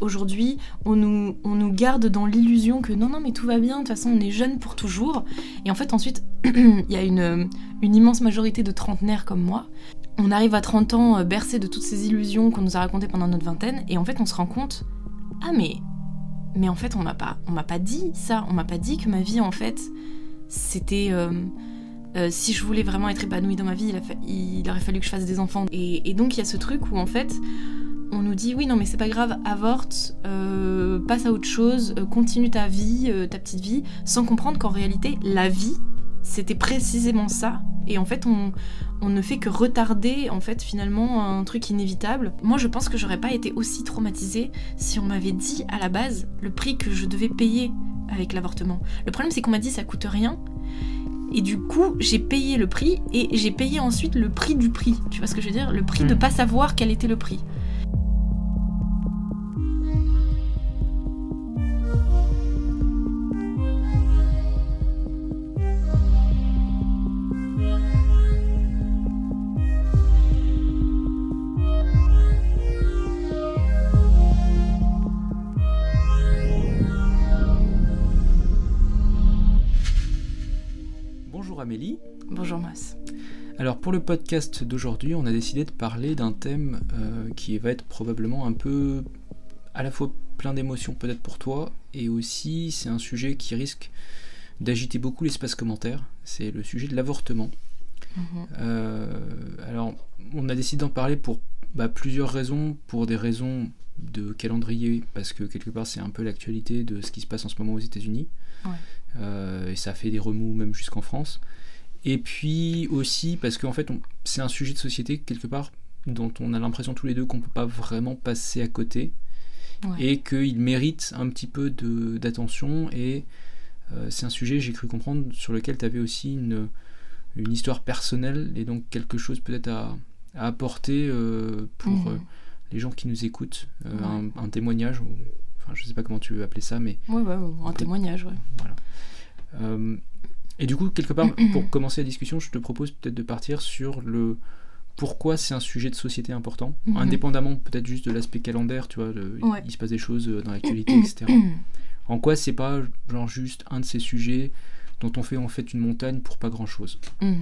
aujourd'hui, on nous garde dans l'illusion que non, mais tout va bien, de toute façon, on est jeune pour toujours. Et en fait, ensuite, il y a une immense majorité de trentenaires comme moi. On arrive à 30 ans bercés de toutes ces illusions qu'on nous a racontées pendant notre vingtaine, et en fait, on se rend compte, ah mais en fait, on m'a pas dit ça, on m'a pas dit que ma vie, en fait, c'était... si je voulais vraiment être épanouie dans ma vie, il aurait fallu que je fasse des enfants. Et donc, il y a ce truc où, en fait, on nous dit, oui, non, mais c'est pas grave, avorte, passe à autre chose, continue ta vie, ta petite vie, sans comprendre qu'en réalité, la vie, c'était précisément ça. Et en fait, on ne fait que retarder, en fait, finalement, un truc inévitable. Moi, je pense que j'aurais pas été aussi traumatisée si on m'avait dit, à la base, le prix que je devais payer avec l'avortement. Le problème, c'est qu'on m'a dit, ça coûte rien. Et du coup, j'ai payé le prix, et j'ai payé ensuite le prix du prix. Tu vois ce que je veux dire ? Le prix de pas savoir quel était le prix. Bonjour Amélie. Bonjour Mas. Alors pour le podcast d'aujourd'hui, on a décidé de parler d'un thème qui va être probablement un peu à la fois plein d'émotions peut-être pour toi, et aussi c'est un sujet qui risque d'agiter beaucoup l'espace commentaire, c'est le sujet de l'avortement. Alors on a décidé d'en parler pour plusieurs raisons, pour des raisons de calendrier, parce que quelque part c'est un peu l'actualité de ce qui se passe en ce moment aux États-Unis. Et ça fait des remous même jusqu'en France, et puis aussi parce qu'en fait c'est un sujet de société quelque part dont on a l'impression tous les deux qu'on peut pas vraiment passer à côté, et qu'il mérite un petit peu d'attention, et c'est un sujet, j'ai cru comprendre, sur lequel tu avais aussi une histoire personnelle, et donc quelque chose peut-être à apporter pour les gens qui nous écoutent, un témoignage, enfin je sais pas comment tu veux appeler ça, mais un témoignage, voilà. Et du coup, quelque part, pour commencer la discussion, je te propose peut-être de partir sur le pourquoi c'est un sujet de société important, indépendamment peut-être juste de l'aspect calendaire, tu vois, il se passe des choses dans l'actualité, etc. En quoi c'est pas genre juste un de ces sujets dont on fait en fait une montagne pour pas grand-chose.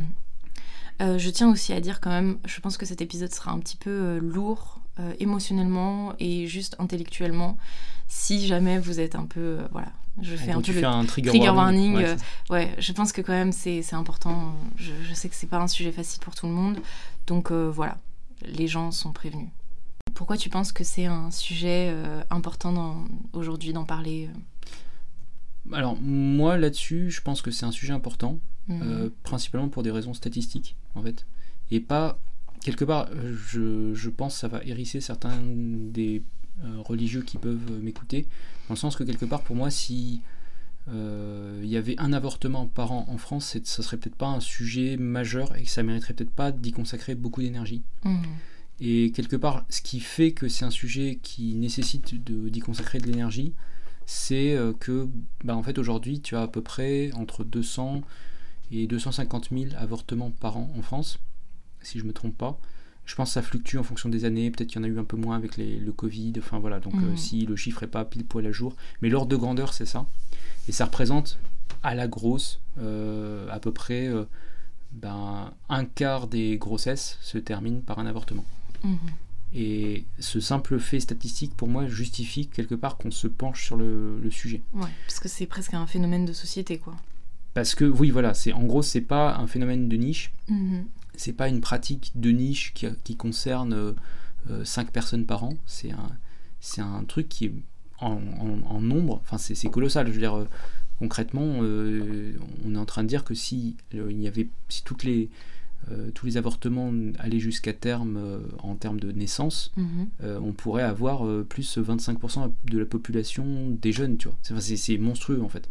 Je tiens aussi à dire quand même, je pense que cet épisode sera un petit peu lourd émotionnellement et juste intellectuellement, si jamais vous êtes un peu... voilà, je fais un peu un trigger warning. Je pense que quand même c'est important. Je sais que c'est pas un sujet facile pour tout le monde, donc voilà, les gens sont prévenus. Pourquoi tu penses que c'est un sujet important aujourd'hui d'en parler Alors moi là-dessus, je pense que c'est un sujet important, principalement pour des raisons statistiques en fait, et pas quelque part. Je pense que ça va hérisser certains des religieux qui peuvent m'écouter, dans le sens que quelque part pour moi, si il y avait un avortement par an en France, ça serait peut-être pas un sujet majeur, et que ça mériterait peut-être pas d'y consacrer beaucoup d'énergie. Et quelque part, ce qui fait que c'est un sujet qui nécessite d'y consacrer de l'énergie, c'est que en fait aujourd'hui tu as à peu près entre 200 et 250 000 avortements par an en France, si je me trompe pas. Je pense que ça fluctue en fonction des années, peut-être qu'il y en a eu un peu moins avec le Covid, enfin voilà, donc si le chiffre est pas pile poil à jour, mais l'ordre de grandeur c'est ça, et ça représente à la grosse à peu près un quart des grossesses se terminent par un avortement. Et ce simple fait statistique pour moi justifie quelque part qu'on se penche sur le sujet. Parce que c'est presque un phénomène de société, quoi. Parce que oui, voilà, en gros c'est pas un phénomène de niche. C'est pas une pratique de niche qui concerne 5 personnes par an. C'est un truc qui est en nombre, enfin c'est colossal. Je veux dire, concrètement, on est en train de dire que si tous les avortements allaient jusqu'à terme en termes de naissance, on pourrait avoir plus 25% de la population des jeunes, tu vois. C'est monstrueux en fait.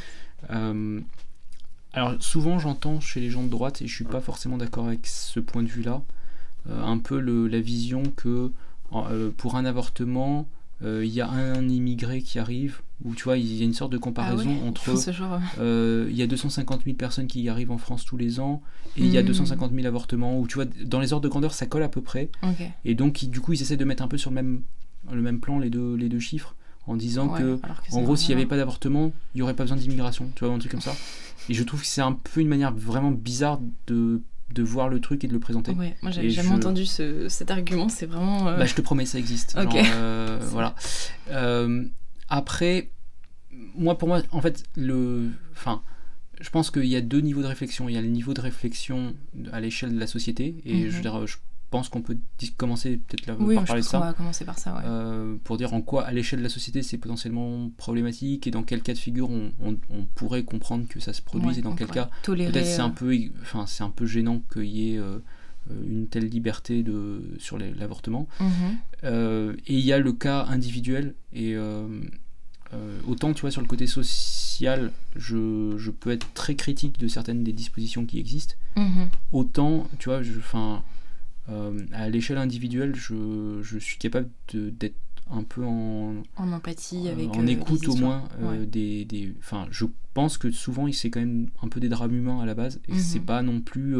Alors souvent j'entends chez les gens de droite, et je suis pas forcément d'accord avec ce point de vue-là, un peu la vision que pour un avortement, il y a un immigré qui arrive, ou tu vois, il y a une sorte de comparaison entre il y a 250 000 personnes qui y arrivent en France tous les ans, et il y a 250 000 avortements, où tu vois, dans les ordres de grandeur ça colle à peu près, et donc du coup ils essaient de mettre un peu sur le même le même plan les deux chiffres, en disant que en gros, s'il n'y avait pas d'avortement, il n'y aurait pas besoin d'immigration, tu vois, un truc comme ça. Et je trouve que c'est un peu une manière vraiment bizarre de voir le truc et de le présenter. Ouais, moi j'avais jamais entendu cet argument, c'est vraiment... Bah, je te promets, ça existe. Okay. Genre, voilà. Après, pour moi, en fait, je pense qu'il y a 2 niveaux de réflexion. Il y a le niveau de réflexion à l'échelle de la société, et je pense qu'on peut commencer peut-être là, par parler de ça. On va commencer par ça, ouais. Pour dire en quoi, à l'échelle de la société, c'est potentiellement problématique, et dans quel cas de figure on pourrait comprendre que ça se produise, et dans quel cas peut-être c'est un peu gênant qu'il y ait une telle liberté sur l'avortement. Et il y a le cas individuel, et autant, tu vois, sur le côté social, je peux être très critique de certaines des dispositions qui existent, autant, tu vois, à l'échelle individuelle, je suis capable d'être un peu en empathie avec en écoute au moins ouais. Je pense que souvent c'est quand même un peu des drames humains à la base, et c'est pas non plus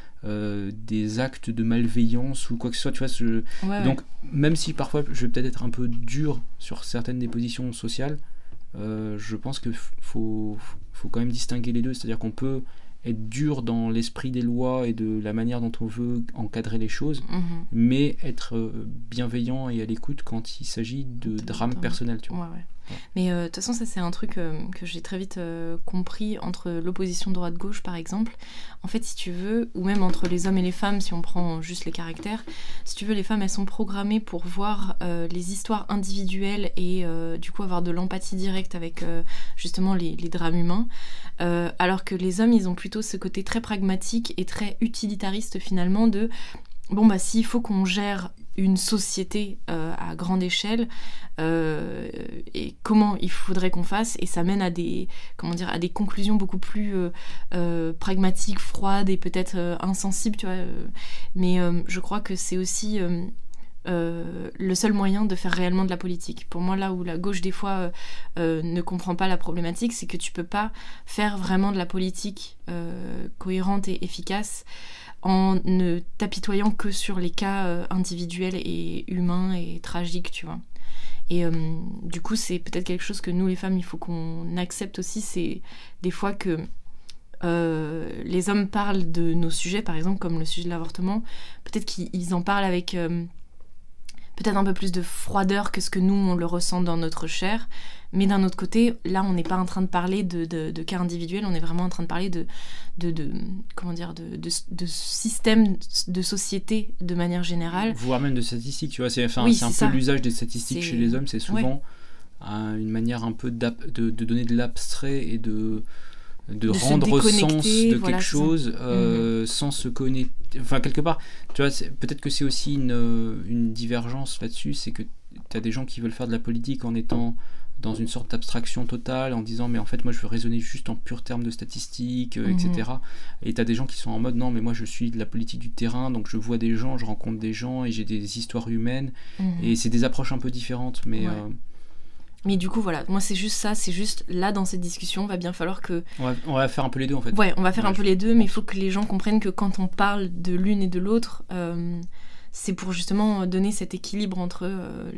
des actes de malveillance ou quoi que ce soit, tu vois. Donc même si parfois je vais peut-être être un peu dur sur certaines des positions sociales, je pense que faut quand même distinguer les deux, c'est-à-dire qu'on peut être dur dans l'esprit des lois et de la manière dont on veut encadrer les choses, mais être bienveillant et à l'écoute quand il s'agit de drames personnels, tu vois. Ouais. Mais de toute façon, ça c'est un truc que j'ai très vite compris entre l'opposition droite-gauche par exemple. En fait, si tu veux, ou même entre les hommes et les femmes, si on prend juste les caractères, si tu veux, les femmes elles sont programmées pour voir les histoires individuelles et du coup avoir de l'empathie directe avec justement les drames humains, alors que les hommes ils ont plutôt ce côté très pragmatique et très utilitariste finalement de bon bah s'il faut qu'on gère une société à grande échelle, et comment il faudrait qu'on fasse, et ça mène à des conclusions beaucoup plus pragmatiques, froides et peut-être insensibles, tu vois. Mais je crois que c'est aussi le seul moyen de faire réellement de la politique. Pour moi, là où la gauche des fois ne comprend pas la problématique, c'est que tu peux pas faire vraiment de la politique cohérente et efficace en ne t'apitoyant que sur les cas individuels et humains et tragiques, tu vois. Et du coup, c'est peut-être quelque chose que nous, les femmes, il faut qu'on accepte aussi, c'est des fois que les hommes parlent de nos sujets, par exemple, comme le sujet de l'avortement, peut-être qu'ils en parlent avec peut-être un peu plus de froideur que ce que nous, on le ressent dans notre chair. Mais d'un autre côté, là, on n'est pas en train de parler de cas individuels, on est vraiment en train de parler de système de société de manière générale. Voire même de statistiques, tu vois. C'est un peu l'usage des statistiques chez les hommes, c'est souvent une manière un peu de donner de l'abstrait et de rendre sens de quelque chose sans se connecter. Enfin, quelque part, tu vois, peut-être que c'est aussi une divergence là-dessus, c'est que tu as des gens qui veulent faire de la politique en étant dans une sorte d'abstraction totale, en disant mais en fait moi je veux raisonner juste en purs termes de statistiques, etc. Et tu as des gens qui sont en mode non mais moi je suis de la politique du terrain, donc je vois des gens, je rencontre des gens et j'ai des histoires humaines, et c'est des approches un peu différentes, mais... Mais du coup, voilà, moi c'est juste ça, c'est juste là dans cette discussion, va bien falloir que... On va faire un peu les deux en fait. Ouais, on va faire un peu les deux, mais il faut que les gens comprennent que quand on parle de l'une et de l'autre, c'est pour justement donner cet équilibre entre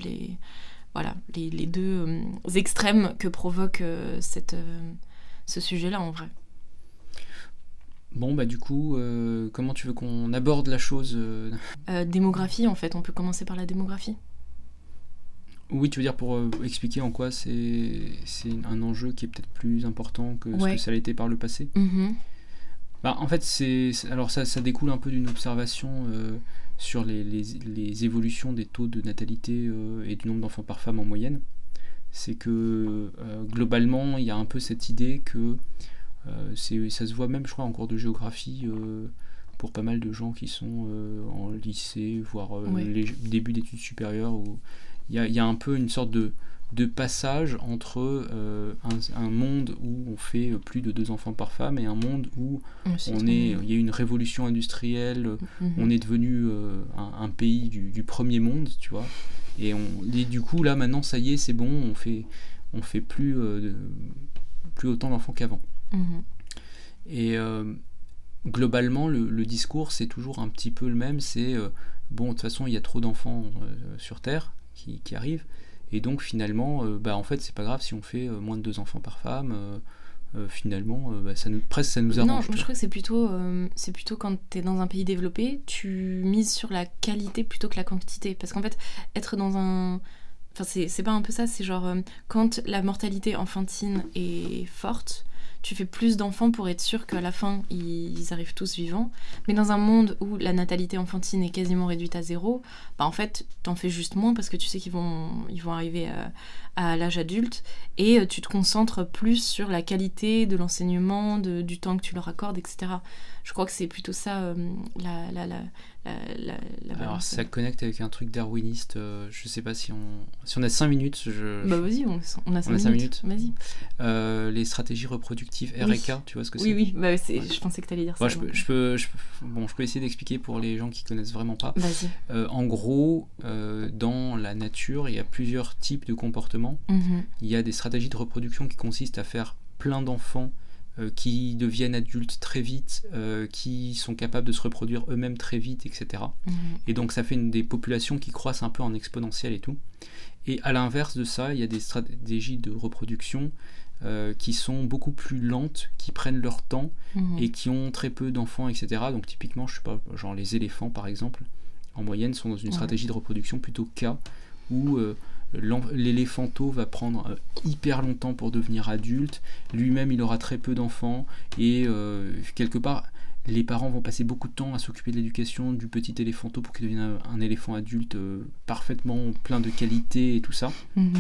les deux extrêmes que provoque ce sujet-là en vrai. Bon, bah du coup, comment tu veux qu'on aborde la chose Démographie en fait, on peut commencer par la démographie. Oui, tu veux dire pour expliquer en quoi c'est un enjeu qui est peut-être plus important que ce que ça a été par le passé. Bah, en fait, alors ça découle un peu d'une observation sur les évolutions des taux de natalité et du nombre d'enfants par femme en moyenne. C'est que globalement, il y a un peu cette idée que ça se voit même, je crois, en cours de géographie pour pas mal de gens qui sont en lycée, voire les débuts d'études supérieures, où il y a un peu une sorte de passage entre un monde où on fait plus de 2 enfants par femme et un monde où il y a une révolution industrielle, on est devenu un pays du premier monde, tu vois, et du coup là maintenant ça y est, c'est bon, on fait plus autant d'enfants qu'avant. Et globalement le discours c'est toujours un petit peu le même, c'est bon, de toute façon il y a trop d'enfants sur Terre, qui arrivent. Et donc finalement, en fait, c'est pas grave si on fait moins de 2 enfants par femme. Finalement, presque ça nous arrange. Non, moi je crois que c'est plutôt quand t'es dans un pays développé, tu mises sur la qualité plutôt que la quantité. Parce qu'en fait, être dans un... Enfin, c'est pas un peu ça, c'est genre quand la mortalité enfantine est forte, tu fais plus d'enfants pour être sûr qu'à la fin, ils arrivent tous vivants. Mais dans un monde où la natalité enfantine est quasiment réduite à 0, en fait, t'en fais juste moins parce que tu sais qu'ils vont arriver à l'âge adulte et tu te concentres plus sur la qualité de l'enseignement, du temps que tu leur accordes, etc. Je crois que c'est plutôt ça la Alors balance. ça connecte avec un truc darwiniste. Je sais pas si on a 5 minutes. Vas-y, on a 5 minutes. Vas-y. Les stratégies reproductives R et K, tu vois ce que c'est? Oui. Je pensais que t'allais dire ça. Je peux essayer d'expliquer pour les gens qui connaissent vraiment pas. Vas-y. En gros, dans la nature, il y a plusieurs types de comportements. Il y a des stratégies de reproduction qui consistent à faire plein d'enfants qui deviennent adultes très vite, qui sont capables de se reproduire eux-mêmes très vite, etc. Et donc ça fait des populations qui croissent un peu en exponentiel et tout. Et à l'inverse de ça, il y a des stratégies de reproduction qui sont beaucoup plus lentes, qui prennent leur temps et qui ont très peu d'enfants, etc. Donc typiquement, je sais pas, genre les éléphants par exemple, en moyenne sont dans une stratégie de reproduction plutôt K, où l'éléphanto va prendre hyper longtemps pour devenir adulte, lui-même il aura très peu d'enfants, et quelque part les parents vont passer beaucoup de temps à s'occuper de l'éducation du petit éléphanto pour qu'il devienne un éléphant adulte parfaitement plein de qualités et tout ça.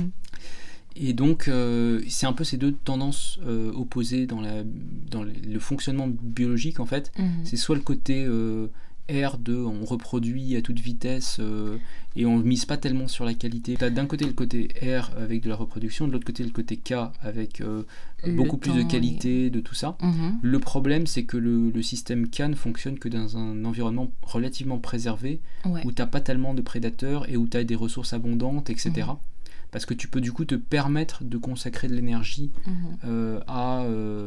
Et donc c'est un peu ces deux tendances opposées dans le fonctionnement biologique en fait. C'est soit le côté R de on reproduit à toute vitesse et on mise pas tellement sur la qualité. T'as d'un côté le côté R avec de la reproduction, de l'autre côté le côté K avec beaucoup plus de qualité, de tout ça. Le problème c'est que le système K ne fonctionne que dans un environnement relativement préservé, où t'as pas tellement de prédateurs et où t'as des ressources abondantes, etc. Parce que tu peux du coup te permettre de consacrer de l'énergie à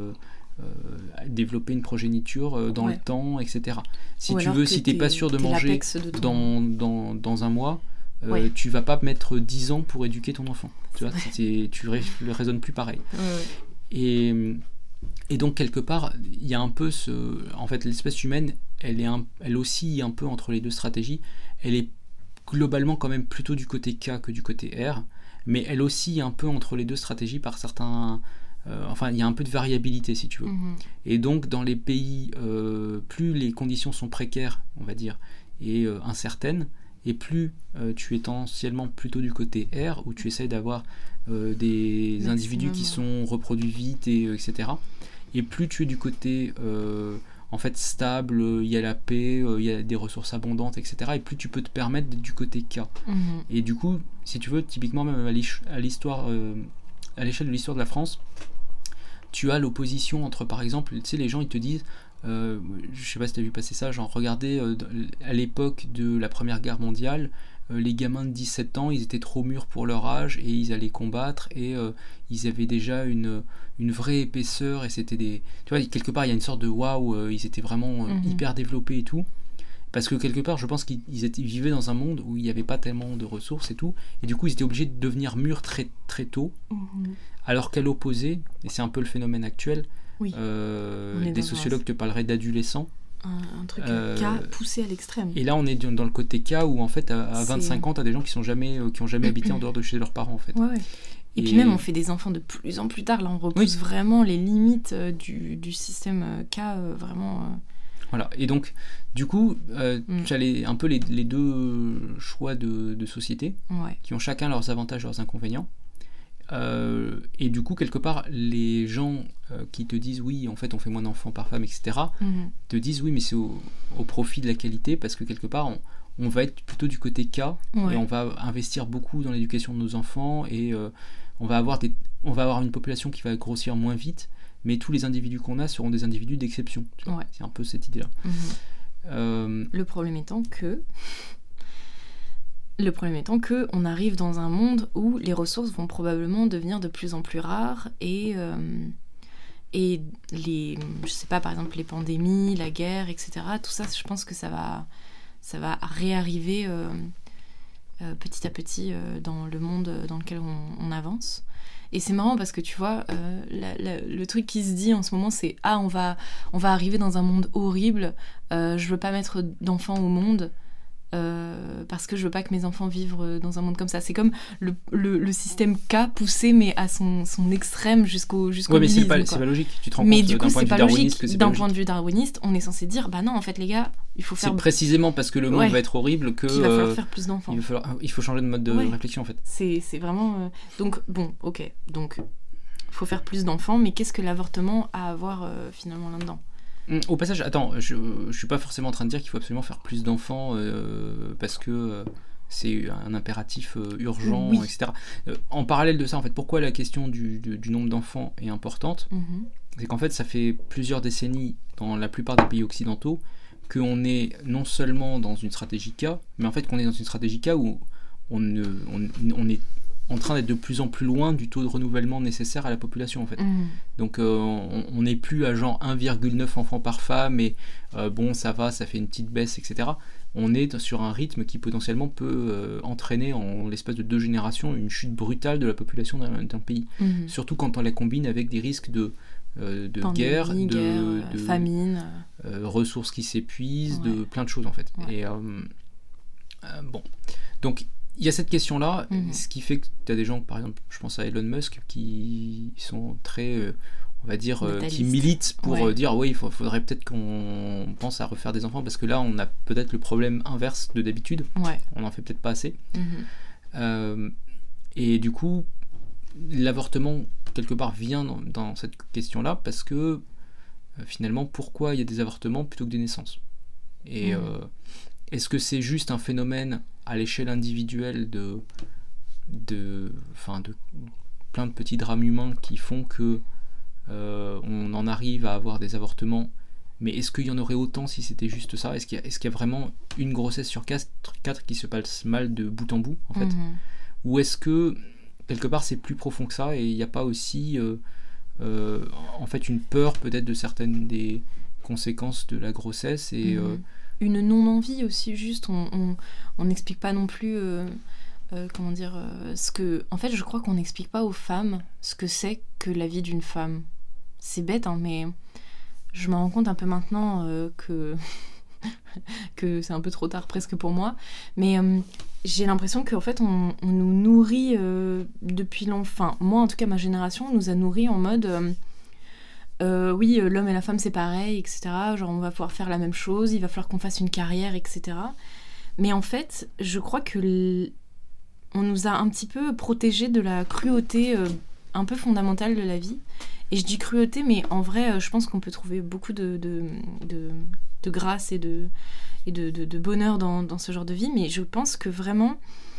développer une progéniture dans le temps, etc. Si t'es pas sûr de manger dans un mois, tu vas pas mettre 10 ans pour éduquer ton enfant. Tu vois, tu le raisonnes plus pareil. Et donc quelque part, il y a un peu en fait, l'espèce humaine, elle oscille un peu entre les deux stratégies. Elle est globalement quand même plutôt du côté K que du côté R, mais elle oscille un peu entre les deux stratégies par certains... il y a un peu de variabilité si tu veux. Et donc dans les pays, plus les conditions sont précaires, on va dire, et incertaines, et plus tu es essentiellement plutôt du côté R, où tu essaies d'avoir des individus qui sont reproduits vite, etc. Et plus tu es du côté en fait stable, il y a la paix, il y a des ressources abondantes, etc. Et plus tu peux te permettre d'être du côté K. Et du coup, si tu veux, typiquement même à l'histoire... à l'échelle de l'histoire de la France, tu as l'opposition entre, par exemple, tu sais, les gens ils te disent, je sais pas si tu as vu passer ça, genre regardez, à l'époque de la Première Guerre mondiale, les gamins de 17 ans, ils étaient trop mûrs pour leur âge et ils allaient combattre et ils avaient déjà une vraie épaisseur et c'était des... Tu vois, quelque part il y a une sorte de waouh, ils étaient vraiment hyper développés et tout. Parce que quelque part, je pense qu'ils vivaient dans un monde où il n'y avait pas tellement de ressources et tout, et du coup, ils étaient obligés de devenir mûrs très, très tôt, alors qu'à l'opposé, et c'est un peu le phénomène actuel, des sociologues te parleraient d'adolescents. Un truc K poussé à l'extrême. Et là, on est dans le côté K où, en fait, à 25 ans, tu as des gens qui n'ont jamais habité en dehors de chez leurs parents, en fait. Et puis même, on fait des enfants de plus en plus tard. Là, on repousse vraiment les limites du système K, vraiment... Voilà, et donc, du coup, tu as un peu les deux choix de société, qui ont chacun leurs avantages, leurs inconvénients. Et du coup, quelque part, les gens qui te disent oui, en fait, on fait moins d'enfants par femme, etc., te disent oui, mais c'est au profit de la qualité, parce que quelque part, on va être plutôt du côté K, et on va investir beaucoup dans l'éducation de nos enfants, et on va avoir une population qui va grossir moins vite, mais tous les individus qu'on a seront des individus d'exception. C'est un peu cette idée-là. Le problème étant que on arrive dans un monde où les ressources vont probablement devenir de plus en plus rares et je sais pas, par exemple les pandémies, la guerre, etc. Tout ça, je pense que ça va réarriver petit à petit dans le monde dans lequel on avance. Et c'est marrant parce que tu vois, le truc qui se dit en ce moment, c'est « Ah, on va arriver dans un monde horrible, je veux pas mettre d'enfants au monde. » Parce que je veux pas que mes enfants vivent dans un monde comme ça. C'est comme le système K poussé mais à son extrême jusqu'au mais nihilisme, c'est pas logique. Tu te rends mais compte du coup c'est pas logique. D'un point logique. de vue darwiniste, on est censé dire bah non en fait les gars, il faut faire. C'est précisément parce que le monde va être horrible que qu'il va falloir faire plus d'enfants. Il faut changer de mode de réflexion en fait. C'est vraiment donc bon ok donc faut faire plus d'enfants, mais qu'est-ce que l'avortement a à voir finalement là-dedans? Au passage, attends, je suis pas forcément en train de dire qu'il faut absolument faire plus d'enfants parce que c'est un impératif urgent, etc. En parallèle de ça, en fait, pourquoi la question du nombre d'enfants est importante, c'est qu'en fait, ça fait plusieurs décennies dans la plupart des pays occidentaux qu'on est non seulement dans une stratégie K, mais en fait qu'on est dans une stratégie K où on est en train d'être de plus en plus loin du taux de renouvellement nécessaire à la population en fait. Donc on n'est plus à genre 1,9 enfants par femme et bon ça va, ça fait une petite baisse, etc. On est sur un rythme qui potentiellement peut entraîner en l'espace de 2 générations une chute brutale de la population d'un pays. Surtout quand on la combine avec des risques de guerre, de famine, ressources qui s'épuisent, de plein de choses en fait. Et bon, donc il y a cette question-là, ce qui fait que tu as des gens, par exemple, je pense à Elon Musk, qui sont très, on va dire, qui militent pour dire oui, il faudrait peut-être qu'on pense à refaire des enfants, parce que là, on a peut-être le problème inverse de d'habitude. On n'en fait peut-être pas assez. Et du coup, l'avortement, quelque part, vient dans cette question-là, parce que finalement, pourquoi il y a des avortements plutôt que des naissances? Et est-ce que c'est juste un phénomène à l'échelle individuelle de plein de petits drames humains qui font que on en arrive à avoir des avortements, mais est-ce qu'il y en aurait autant si c'était juste ça? Est-ce qu'il y a vraiment une grossesse sur 4 qui se passe mal de bout en bout en fait? Ou est-ce que quelque part c'est plus profond que ça et il n'y a pas aussi en fait une peur peut-être de certaines des conséquences de la grossesse et une non-envie aussi, juste, on n'explique pas non plus, comment dire, ce que... En fait, je crois qu'on n'explique pas aux femmes ce que c'est que la vie d'une femme. C'est bête, hein, mais je me rends compte un peu maintenant que c'est un peu trop tard presque pour moi, mais j'ai l'impression qu'en fait, on nous nourrit depuis l'enfant. Moi, en tout cas, ma génération, on nous a nourris en mode... oui, l'homme et la femme c'est pareil, etc. Genre on va pouvoir faire la même chose, il va falloir qu'on fasse une carrière, etc. Mais en fait, je crois que on nous a un petit peu protégés de la cruauté un peu fondamentale de la vie. Et je dis cruauté, mais en vrai, je pense qu'on peut trouver beaucoup de grâce et de bonheur dans ce genre de vie. Mais je pense que vraiment,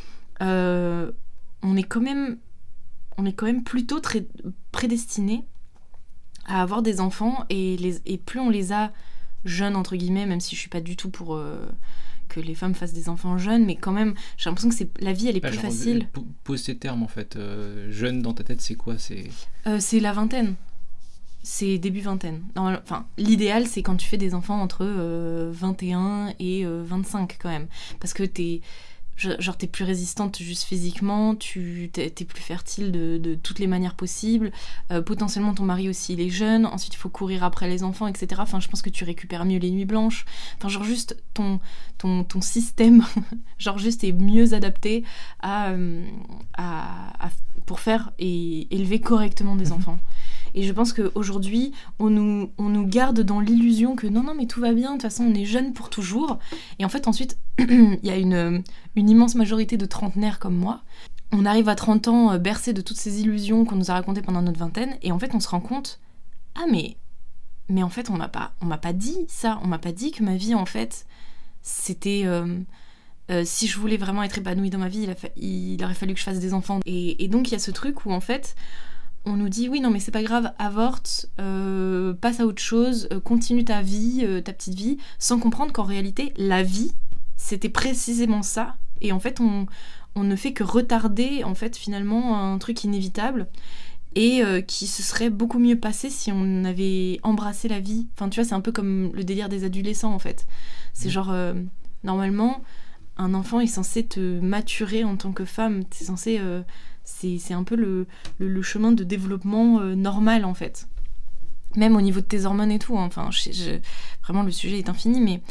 on est quand même plutôt très prédestinés à avoir des enfants et plus on les a jeunes entre guillemets, même si je suis pas du tout pour que les femmes fassent des enfants jeunes, mais quand même j'ai l'impression que la vie elle est plus facile. Pose tes termes en fait, jeune dans ta tête c'est quoi? C'est la vingtaine, c'est début vingtaine. Enfin l'idéal c'est quand tu fais des enfants entre 21 et 25 quand même, parce que t'es plus résistante juste physiquement, t'es plus fertile de toutes les manières possibles, potentiellement ton mari aussi il est jeune, ensuite il faut courir après les enfants, etc. Enfin je pense que tu récupères mieux les nuits blanches, enfin genre juste ton système genre juste est mieux adapté pour faire et élever correctement des enfants. Et je pense qu'aujourd'hui, on nous garde dans l'illusion que non, mais tout va bien, de toute façon, on est jeune pour toujours. Et en fait, ensuite, il y a une immense majorité de trentenaires comme moi. On arrive à 30 ans bercés de toutes ces illusions qu'on nous a racontées pendant notre vingtaine. Et en fait, on se rend compte, ah mais en fait, on m'a pas dit ça. On m'a pas dit que ma vie, en fait, c'était... si je voulais vraiment être épanouie dans ma vie, il aurait fallu que je fasse des enfants. Et donc, il y a ce truc où, en fait... On nous dit, oui, non, mais c'est pas grave, avorte, passe à autre chose, continue ta vie, ta petite vie, sans comprendre qu'en réalité, la vie, c'était précisément ça. Et en fait, on ne fait que retarder, en fait, finalement, un truc inévitable et qui se serait beaucoup mieux passé si on avait embrassé la vie. Enfin, tu vois, c'est un peu comme le délire des adolescents, en fait. C'est genre, normalement, un enfant est censé te maturer en tant que femme. T'es censé... c'est un peu le chemin de développement normal, en fait. Même au niveau de tes hormones et tout. Hein. Enfin, vraiment, le sujet est infini, mais...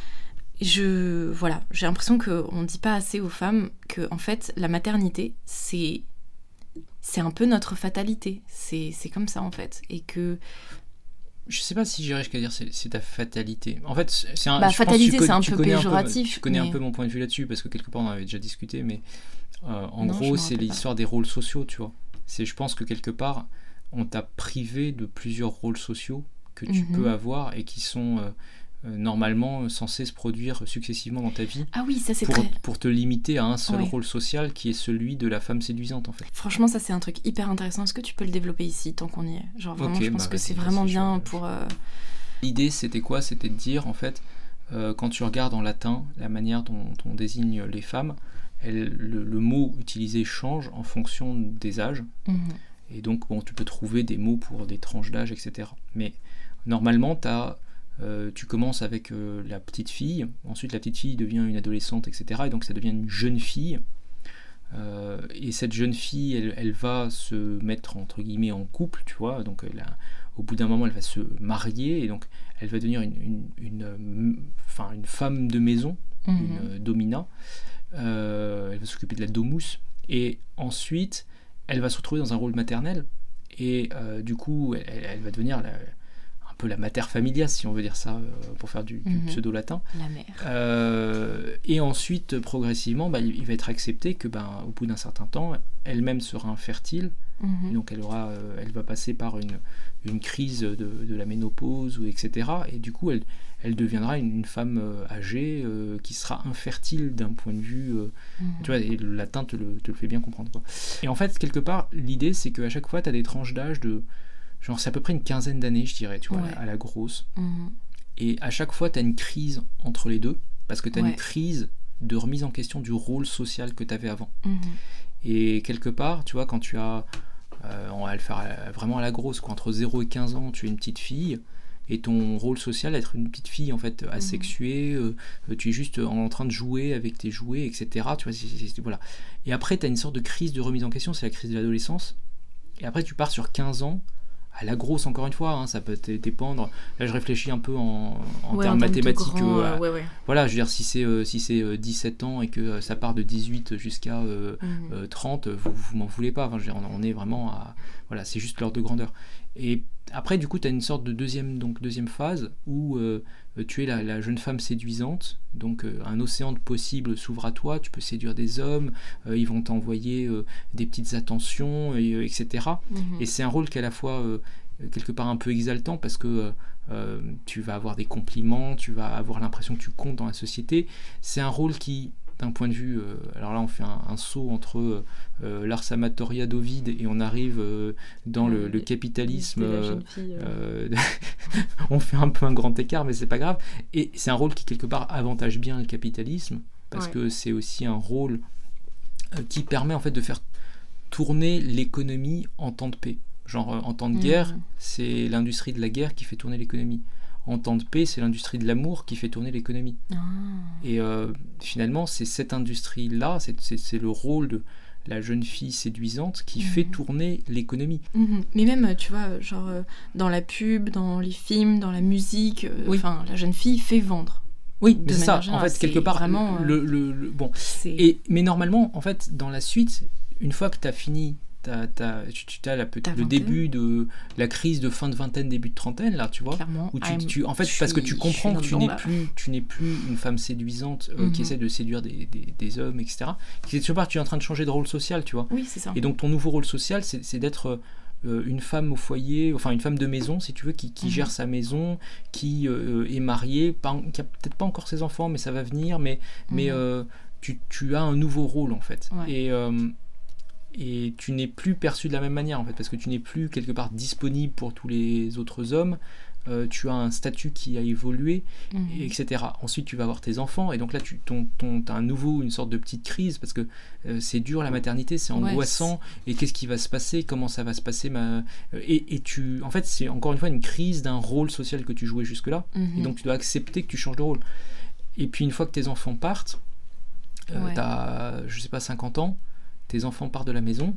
Voilà, j'ai l'impression qu'on ne dit pas assez aux femmes que, en fait, la maternité, c'est un peu notre fatalité. C'est comme ça, en fait. Et que... Je sais pas si j'irais jusqu'à dire c'est ta fatalité. En fait, fatalité, c'est un peu péjoratif. Tu connais un peu mon point de vue là-dessus, parce que quelque part, on avait déjà discuté, mais en gros, c'est l'histoire des rôles sociaux, tu vois. Je pense que quelque part, on t'a privé de plusieurs rôles sociaux que tu peux avoir et qui sont... normalement censé se produire successivement dans ta vie. Ah oui, ça c'est pour te limiter à un seul rôle social qui est celui de la femme séduisante en fait. Franchement, ça c'est un truc hyper intéressant. Est-ce que tu peux le développer ici tant qu'on y est? Genre vraiment, je pense que c'est vraiment bien pour... L'idée c'était quoi? C'était de dire en fait, quand tu regardes en latin la manière dont on désigne les femmes, le mot utilisé change en fonction des âges. Et donc bon, tu peux trouver des mots pour des tranches d'âge, etc. Mais normalement, tu commences avec la petite fille, ensuite la petite fille devient une adolescente, etc. Et donc ça devient une jeune fille. Et cette jeune fille, elle va se mettre entre guillemets en couple, tu vois. Donc au bout d'un moment, elle va se marier et donc elle va devenir une femme de maison, une domina. Elle va s'occuper de la domus. Et ensuite, elle va se retrouver dans un rôle maternel. Et du coup, elle va devenir un peu la mater familias, si on veut dire ça, pour faire du pseudo-latin. La mère. Et ensuite, progressivement, il va être accepté que, au bout d'un certain temps, elle-même sera infertile. Et donc, elle va passer par une crise de la ménopause, etc. Et du coup, elle deviendra une femme âgée qui sera infertile d'un point de vue... tu vois, et le latin te le fait bien comprendre, quoi. Et en fait, quelque part, l'idée, c'est qu'à chaque fois, tu as des tranches d'âge de... Genre, c'est à peu près une quinzaine d'années, je dirais, tu vois, à la grosse. Et à chaque fois, tu as une crise entre les deux, parce que tu as une crise de remise en question du rôle social que tu avais avant. Et quelque part, tu vois, quand tu as... on va le faire vraiment à la grosse, quoi. Entre 0 et 15 ans, tu es une petite fille, et ton rôle social, être une petite fille, en fait, asexuée, tu es juste en train de jouer avec tes jouets, etc. Tu vois, voilà. Et après, tu as une sorte de crise de remise en question, c'est la crise de l'adolescence. Et après, tu pars sur 15 ans, à la grosse, encore une fois, hein, ça peut dépendre. Là, je réfléchis un peu en termes mathématiques. Voilà, je veux dire, si c'est 17 ans et que ça part de 18 jusqu'à 30, vous m'en voulez pas. Enfin, je veux dire, on est vraiment à... Voilà, c'est juste l'ordre de grandeur. Et après, du coup, tu as une sorte de deuxième phase où tu es la jeune femme séduisante. Donc, un océan de possibles s'ouvre à toi. Tu peux séduire des hommes. Ils vont t'envoyer des petites attentions, etc. Et c'est un rôle qui est à la fois quelque part un peu exaltant parce que tu vas avoir des compliments, tu vas avoir l'impression que tu comptes dans la société. C'est un rôle qui... d'un point de vue, alors là on fait un saut entre l'ars amatoria d'Ovide et on arrive dans le capitalisme, on fait un peu un grand écart mais c'est pas grave, et c'est un rôle qui quelque part avantage bien le capitalisme parce que c'est aussi un rôle qui permet en fait de faire tourner l'économie en temps de paix. Genre en temps de guerre, c'est l'industrie de la guerre qui fait tourner l'économie. En temps de paix, c'est l'industrie de l'amour qui fait tourner l'économie. Et finalement, c'est cette industrie-là, c'est le rôle de la jeune fille séduisante qui fait tourner l'économie. Mais même, tu vois, genre dans la pub, dans les films, dans la musique, la jeune fille fait vendre. Oui, mais c'est ça. En fait, quelque part, vraiment, bon. Mais normalement, en fait, dans la suite, une fois que tu as fini... tu as le début de la crise de fin de vingtaine, début de trentaine, là, tu vois. Clairement, où en fait, parce que tu comprends que tu n'es plus une femme séduisante qui essaie de séduire des hommes, etc. Quelque part, tu es en train de changer de rôle social, tu vois. Oui, c'est ça. Et donc, ton nouveau rôle social, c'est d'être une femme au foyer, enfin une femme de maison, si tu veux, qui gère sa maison, qui est mariée, qui a peut-être pas encore ses enfants, mais ça va venir, mais tu as un nouveau rôle, en fait. Et tu n'es plus perçu de la même manière en fait, parce que tu n'es plus quelque part disponible pour tous les autres hommes, tu as un statut qui a évolué, etc. Ensuite tu vas avoir tes enfants, et donc là tu as une sorte de petite crise, parce que c'est dur la maternité, c'est angoissant, et qu'est-ce qui va se passer, comment ça va se passer, en fait c'est encore une fois une crise d'un rôle social que tu jouais jusque là, et donc tu dois accepter que tu changes de rôle. Et puis une fois que tes enfants partent, t'as, je sais pas, 50 ans, tes enfants partent de la maison,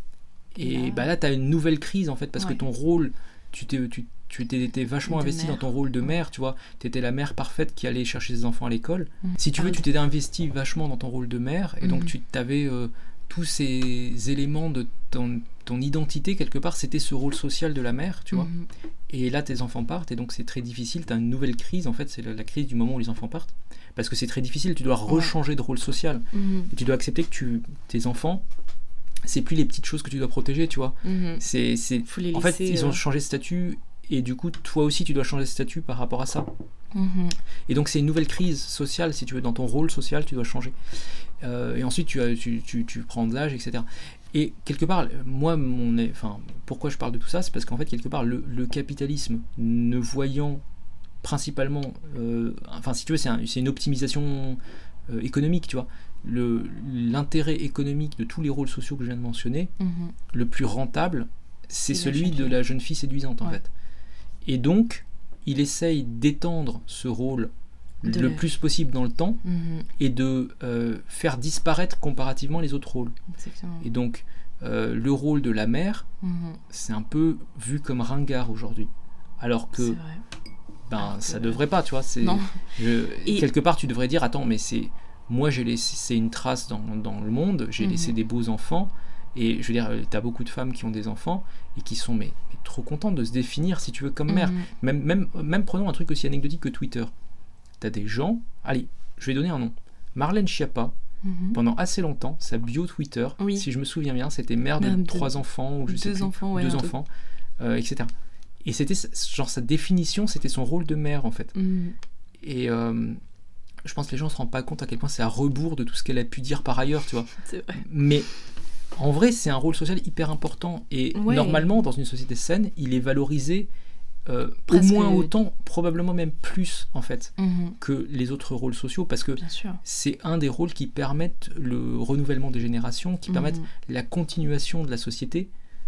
et là... bah là, t'as une nouvelle crise, en fait, parce que ton rôle, tu t'étais vachement investi dans ton rôle de mère, tu vois. T'étais la mère parfaite qui allait chercher ses enfants à l'école. Si tu veux, tu t'étais investi vachement dans ton rôle de mère, et donc tu t'avais tous ces éléments de ton identité, quelque part, c'était ce rôle social de la mère, tu vois. Et là, tes enfants partent, et donc c'est très difficile. T'as une nouvelle crise, en fait, c'est la crise du moment où les enfants partent. Parce que c'est très difficile, tu dois rechanger de rôle social. Et tu dois accepter que tes enfants, c'est plus les petites choses que tu dois protéger, tu vois. Faut les en laisser, fait, ils ont changé de statut, et du coup, toi aussi, tu dois changer de statut par rapport à ça. Et donc, c'est une nouvelle crise sociale, si tu veux, dans ton rôle social, tu dois changer. Et ensuite, tu prends de l'âge, etc. Et quelque part, moi, pourquoi je parle de tout ça, c'est parce qu'en fait, quelque part, le capitalisme, ne voyant principalement, si tu veux, c'est une optimisation économique, tu vois. L'intérêt économique de tous les rôles sociaux que je viens de mentionner, le plus rentable, c'est celui de la jeune fille séduisante, en fait. Et donc, il essaye d'étendre ce rôle le plus possible dans le temps et de faire disparaître comparativement les autres rôles. Exactement. Et donc, le rôle de la mère, c'est un peu vu comme ringard aujourd'hui. Alors que ça devrait pas, tu vois. Quelque part, tu devrais dire, attends, mais moi j'ai laissé une trace dans le monde, j'ai laissé des beaux enfants, et je veux dire, t'as beaucoup de femmes qui ont des enfants et qui sont mais trop contentes de se définir, si tu veux, comme mère. Même prenons un truc aussi anecdotique que Twitter. T'as des gens, allez, je vais donner un nom, Marlène Schiappa, pendant assez longtemps, sa bio Twitter, si je me souviens bien, c'était mère de 3 enfants, ou je sais plus, 2 enfants, etc. Et c'était genre sa définition, c'était son rôle de mère, en fait. Et je pense que les gens ne se rendent pas compte à quel point c'est à rebours de tout ce qu'elle a pu dire par ailleurs, tu vois. C'est vrai. Mais en vrai, c'est un rôle social hyper important. Et normalement, dans une société saine, il est valorisé au moins autant, probablement même plus, en fait, que les autres rôles sociaux, parce que c'est un des rôles qui permettent le renouvellement des générations, qui permettent la continuation de la société.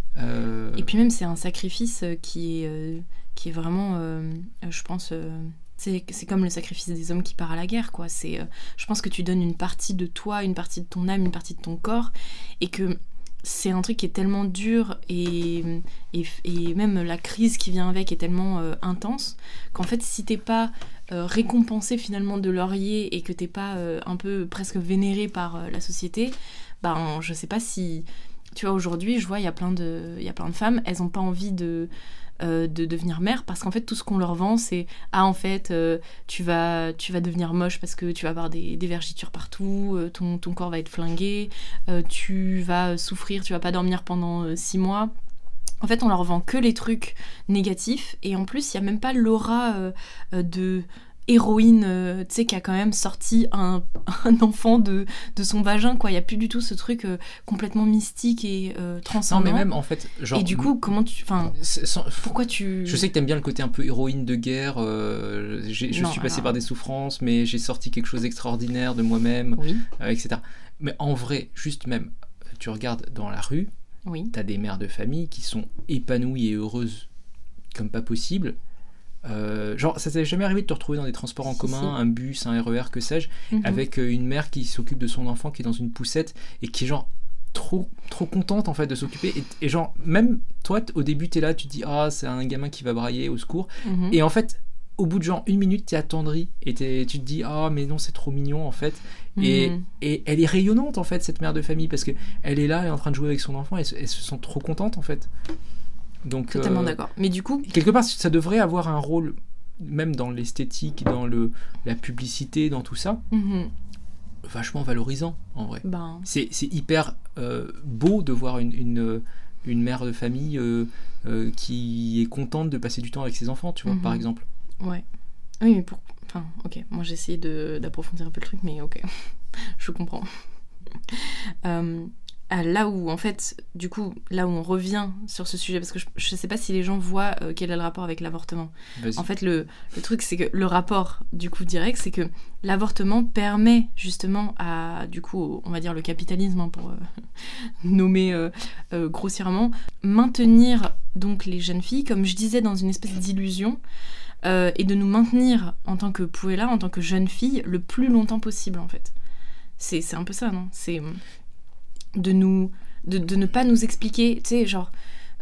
Et puis même, c'est un sacrifice qui est vraiment, je pense... C'est comme le sacrifice des hommes qui part à la guerre, quoi. Je pense que tu donnes une partie de toi, une partie de ton âme, une partie de ton corps, et que c'est un truc qui est tellement dur, et même la crise qui vient avec est tellement intense, qu'en fait, si t'es pas récompensé finalement de laurier, et que t'es pas un peu presque vénéré par la société, je sais pas si... Tu vois, aujourd'hui, je vois, il y a plein de femmes, elles ont pas envie de devenir mère, parce qu'en fait tout ce qu'on leur vend, c'est en fait tu vas devenir moche parce que tu vas avoir des vergitures partout, ton corps va être flingué, tu vas souffrir, tu vas pas dormir pendant 6 mois. En fait, on leur vend que les trucs négatifs, et en plus il y a même pas l'aura de héroïne, tu sais, qui a quand même sorti un enfant de son vagin, quoi. Il y a plus du tout ce truc complètement mystique et transcendant. Non, mais même en fait, genre... Et du coup, pourquoi tu... Je sais que t'aimes bien le côté un peu héroïne de guerre, je suis passé par des souffrances, mais j'ai sorti quelque chose d'extraordinaire de moi-même, etc. Mais en vrai, juste même, tu regardes dans la rue, t'as des mères de famille qui sont épanouies et heureuses comme pas possible. Genre, ça t'est jamais arrivé de te retrouver dans des transports en commun, un bus, un RER, que sais-je, avec une mère qui s'occupe de son enfant qui est dans une poussette et qui est genre trop contente, en fait, de s'occuper, et genre même toi au début t'es là, tu te dis c'est un gamin qui va brailler, au secours, et en fait au bout de genre 1 minute t'es attendri et tu te dis mais non, c'est trop mignon, en fait. Et elle est rayonnante, en fait, cette mère de famille, parce que elle est là, elle est en train de jouer avec son enfant, et elles se sont trop contentes, en fait. Donc, totalement d'accord. Mais du coup, quelque part, ça devrait avoir un rôle, même dans l'esthétique, dans la publicité, dans tout ça, vachement valorisant, en vrai. C'est hyper beau de voir une mère de famille qui est contente de passer du temps avec ses enfants, tu vois, par exemple. Ouais. Oui, mais ok. Moi, j'ai essayé d'approfondir un peu le truc, mais ok. Je comprends. Là où, en fait, du coup, là où on revient sur ce sujet, parce que je sais pas si les gens voient quel est le rapport avec l'avortement. Vas-y. En fait, le truc, c'est que le rapport, du coup, direct, c'est que l'avortement permet justement à, du coup, on va dire le capitalisme, pour nommer grossièrement, maintenir donc les jeunes filles, comme je disais, dans une espèce d'illusion, et de nous maintenir en tant que Pouella, en tant que jeune fille, le plus longtemps possible, en fait. C'est un peu ça, non? C'est de ne pas nous expliquer, tu sais, genre...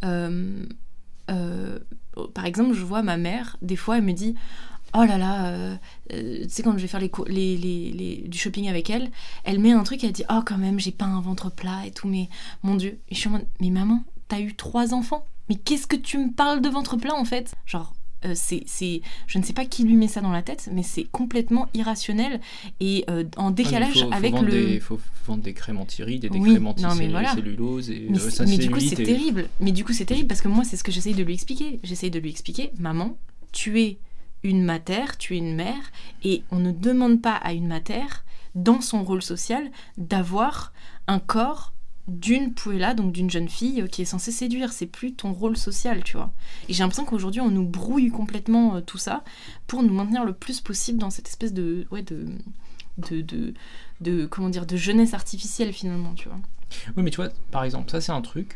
par exemple, je vois ma mère, des fois, elle me dit... Oh là là, tu sais, quand je vais faire du shopping avec elle, elle met un truc, elle dit « Oh, quand même, j'ai pas un ventre plat et tout, mais mon Dieu. » Et je suis en mode « Mais maman, t'as eu 3 enfants. Mais qu'est-ce que tu me parles de ventre plat, en fait ?» Genre, je ne sais pas qui lui met ça dans la tête, mais c'est complètement irrationnel et en décalage avec Il faut vendre des crèmes anti-rides et des crèmes anti-cellulose. Mais du coup, c'est terrible. Mais du coup, c'est terrible parce que moi, c'est ce que j'essaye de lui expliquer. J'essaye de lui expliquer « Maman, tu es... une matère, tu es une mère, et on ne demande pas à une matère, dans son rôle social, d'avoir un corps d'une pouella, donc d'une jeune fille qui est censée séduire. C'est plus ton rôle social, tu vois. Et j'ai l'impression qu'aujourd'hui, on nous brouille complètement tout ça pour nous maintenir le plus possible dans cette espèce de comment dire, de jeunesse artificielle, finalement, tu vois. Oui, mais tu vois, par exemple, ça, c'est un truc,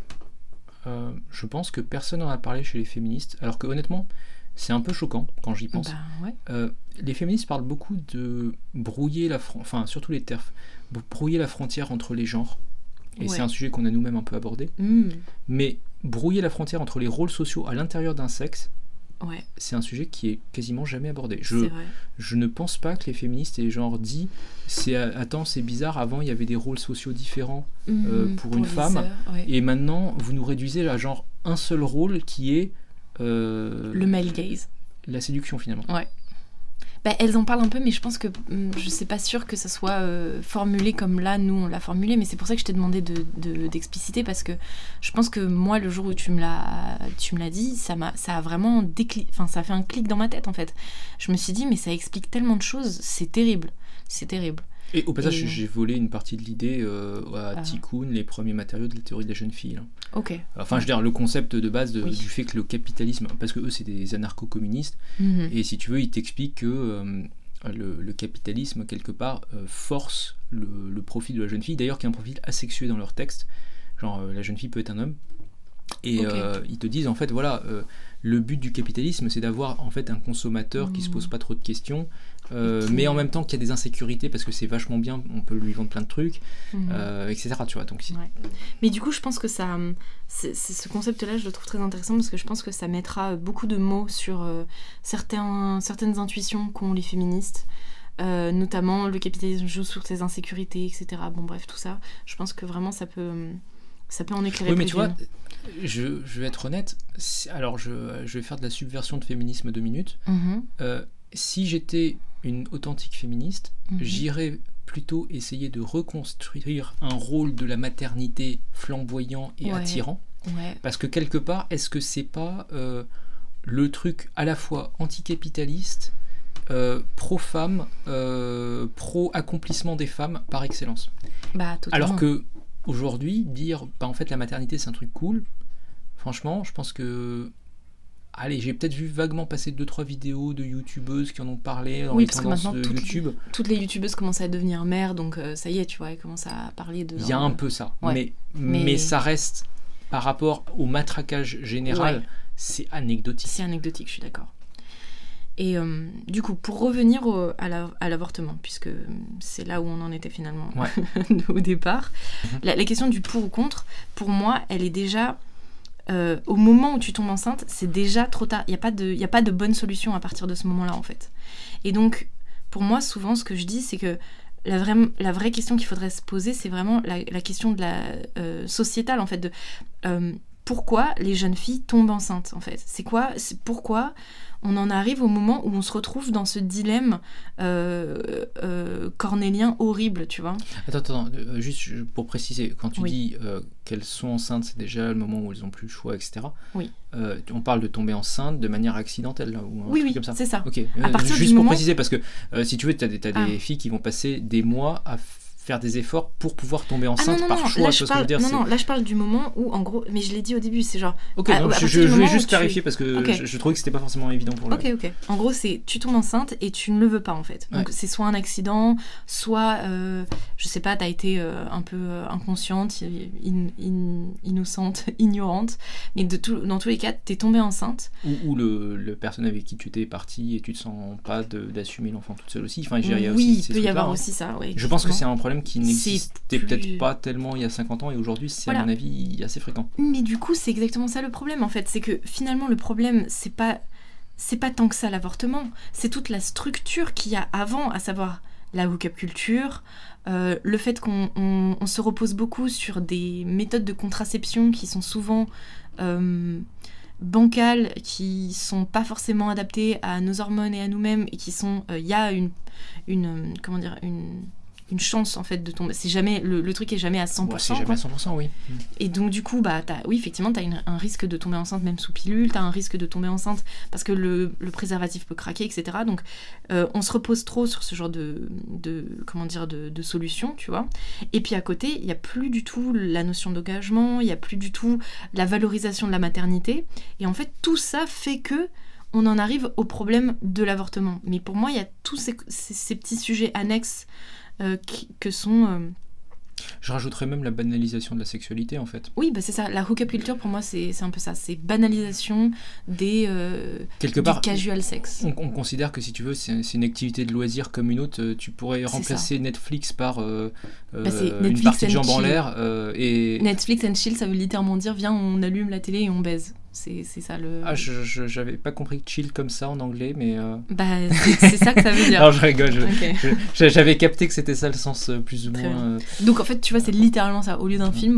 je pense que personne n'en a parlé chez les féministes, alors que, honnêtement, c'est un peu choquant quand j'y pense. Les féministes parlent beaucoup de brouiller surtout les TERF, brouiller la frontière entre les genres. Et c'est un sujet qu'on a nous-mêmes un peu abordé. Mais brouiller la frontière entre les rôles sociaux à l'intérieur d'un sexe, c'est un sujet qui est quasiment jamais abordé. Je ne pense pas que les féministes aient genre dit attends, c'est bizarre, avant il y avait des rôles sociaux différents pour une femme, et maintenant vous nous réduisez à genre un seul rôle qui est le male gaze. La séduction, finalement. Ouais. Bah, elles en parlent un peu, mais je pense que je sais pas sûre que ça soit formulé comme là, nous, on l'a formulé, mais c'est pour ça que je t'ai demandé d'expliciter, parce que je pense que moi, le jour où tu me l'as dit, ça a vraiment ça a fait un clic dans ma tête, en fait. Je me suis dit, mais ça explique tellement de choses, c'est terrible. C'est terrible. Et au passage, j'ai volé une partie de l'idée à Tikkun, les premiers matériaux de la théorie de la jeune fille. Hein. Ok. Enfin, je veux dire, le concept de base du fait que le capitalisme, parce que eux, c'est des anarcho-communistes, et si tu veux, ils t'expliquent que le capitalisme, quelque part, force le profil de la jeune fille, d'ailleurs, qui a un profil asexué dans leur texte. Genre, la jeune fille peut être un homme. Et ils te disent, en fait, voilà, le but du capitalisme, c'est d'avoir, en fait, un consommateur qui se pose pas trop de questions, mais en même temps qu'il y a des insécurités parce que c'est vachement bien, on peut lui vendre plein de trucs, etc. Tu vois, donc, mais du coup, je pense que ça, ce concept-là, je le trouve très intéressant parce que je pense que ça mettra beaucoup de mots sur certaines intuitions qu'ont les féministes. Notamment le capitalisme joue sur tes insécurités, etc. Bon, bref, tout ça, je pense que vraiment ça peut en éclairer. Oui, mais tu vois, je vais être honnête, alors je vais faire de la subversion de féminisme 2 minutes. Si j'étais une authentique féministe, j'irais plutôt essayer de reconstruire un rôle de la maternité flamboyant et attirant. Parce que quelque part, est-ce que c'est pas le truc à la fois anticapitaliste, pro-femme, pro-accomplissement des femmes par excellence? Bah, totalement. Alors que aujourd'hui, dire en fait la maternité c'est un truc cool, franchement, je pense que... Allez, j'ai peut-être vu vaguement passer 2-3 vidéos de youtubeuses qui en ont parlé dans les tendances de YouTube. Toutes les youtubeuses commencent à devenir mères, donc ça y est, tu vois, elles commencent à parler de... Il y a un peu ça, mais ça reste, par rapport au matraquage général, c'est anecdotique. C'est anecdotique, je suis d'accord. Et du coup, pour revenir à l'avortement, puisque c'est là où on en était finalement au départ, la question du pour ou contre, pour moi, elle est déjà... au moment où tu tombes enceinte, c'est déjà trop tard. Il n'y a pas de bonne solution à partir de ce moment-là, en fait. Et donc, pour moi, souvent, ce que je dis, c'est que la vraie question qu'il faudrait se poser, c'est vraiment la question de la sociétale, en fait, de pourquoi les jeunes filles tombent enceintes, en fait. C'est pourquoi on en arrive au moment où on se retrouve dans ce dilemme cornélien horrible, tu vois. Attends, juste pour préciser, quand tu dis qu'elles sont enceintes, c'est déjà le moment où elles n'ont plus le choix, etc. Oui. On parle de tomber enceinte de manière accidentelle, là, ou un truc comme ça. C'est ça. Ok. Juste pour préciser, parce que si tu veux, t'as des filles qui vont passer des mois à faire des efforts pour pouvoir tomber enceinte par choix. Là je parle du moment où, en gros, mais je l'ai dit au début, c'est genre... Ok, donc je voulais juste clarifier parce que je trouvais que c'était pas forcément évident pour le... Ok. En gros, c'est tu tombes enceinte et tu ne le veux pas, en fait. Donc c'est soit un accident, soit, je sais pas, t'as été un peu inconsciente, innocente, ignorante, mais dans tous les cas, t'es tombée enceinte. Ou le personne avec qui tu t'es partie et tu te sens pas d'assumer l'enfant toute seule aussi. Enfin, il peut y avoir aussi ça, oui. Je pense que c'est un problème problème qui n'existait peut-être pas tellement il y a 50 ans, et aujourd'hui, c'est à mon avis assez fréquent. Mais du coup, c'est exactement ça le problème, en fait. C'est que finalement, le problème, c'est pas tant que ça l'avortement, c'est toute la structure qu'il y a avant, à savoir la hook-up culture, le fait qu'on se repose beaucoup sur des méthodes de contraception qui sont souvent bancales, qui sont pas forcément adaptées à nos hormones et à nous-mêmes, et qui sont... Il y a une chance en fait de tomber. C'est jamais, le truc est jamais à 100%. Ouais, c'est jamais à 100%, oui. Et donc du coup, effectivement, t'as un risque de tomber enceinte même sous pilule, t'as un risque de tomber enceinte parce que le préservatif peut craquer, etc. Donc on se repose trop sur ce genre de solution, tu vois. Et puis à côté, il n'y a plus du tout la notion d'engagement, il n'y a plus du tout la valorisation de la maternité. Et en fait, tout ça fait que on en arrive au problème de l'avortement. Mais pour moi, il y a tous ces petits sujets annexes que sont... Je rajouterais même la banalisation de la sexualité, en fait. Oui, c'est ça. La hook-up culture, pour moi, c'est un peu ça. C'est banalisation du casual sex. On considère que, si tu veux, c'est une activité de loisir comme une autre. Tu pourrais remplacer Netflix par une partie de jambes en l'air. Et... Netflix and chill, ça veut littéralement dire, viens, on allume la télé et on baise. C'est ça le... Ah, j'avais pas compris chill comme ça en anglais, mais... c'est ça que ça veut dire. Non, je rigole. J'avais capté que c'était ça le sens plus ou moins... Donc en fait, tu vois, c'est littéralement ça. Au lieu d'un film,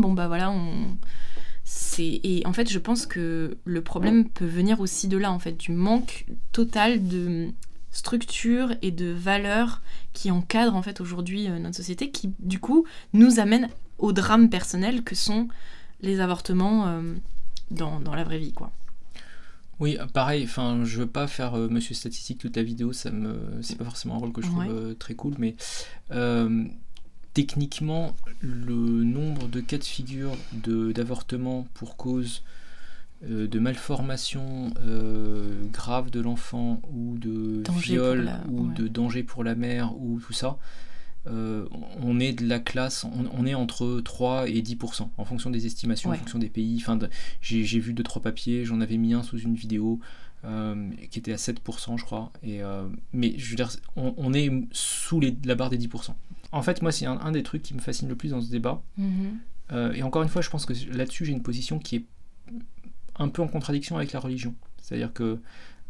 Et en fait, je pense que le problème peut venir aussi de là, en fait, du manque total de structure et de valeurs qui encadrent en fait aujourd'hui notre société, qui du coup nous amène au drame personnel que sont les avortements... dans la vraie vie, quoi. Oui, pareil, je veux pas faire Monsieur Statistique toute la vidéo, c'est pas forcément un rôle que je trouve très cool, mais techniquement, le nombre de cas de figure d'avortement pour cause de malformation grave de l'enfant, ou de viol, ou de danger pour la mère, ou tout ça, on est de la classe, on est entre 3 et 10% en fonction des estimations, en fonction des pays. J'ai vu 2-3 papiers, j'en avais mis un sous une vidéo qui était à 7%, je crois. Mais je veux dire, on est sous la barre des 10%. En fait, moi, c'est un des trucs qui me fascine le plus dans ce débat. Et encore une fois, je pense que là-dessus, j'ai une position qui est un peu en contradiction avec la religion. C'est-à-dire que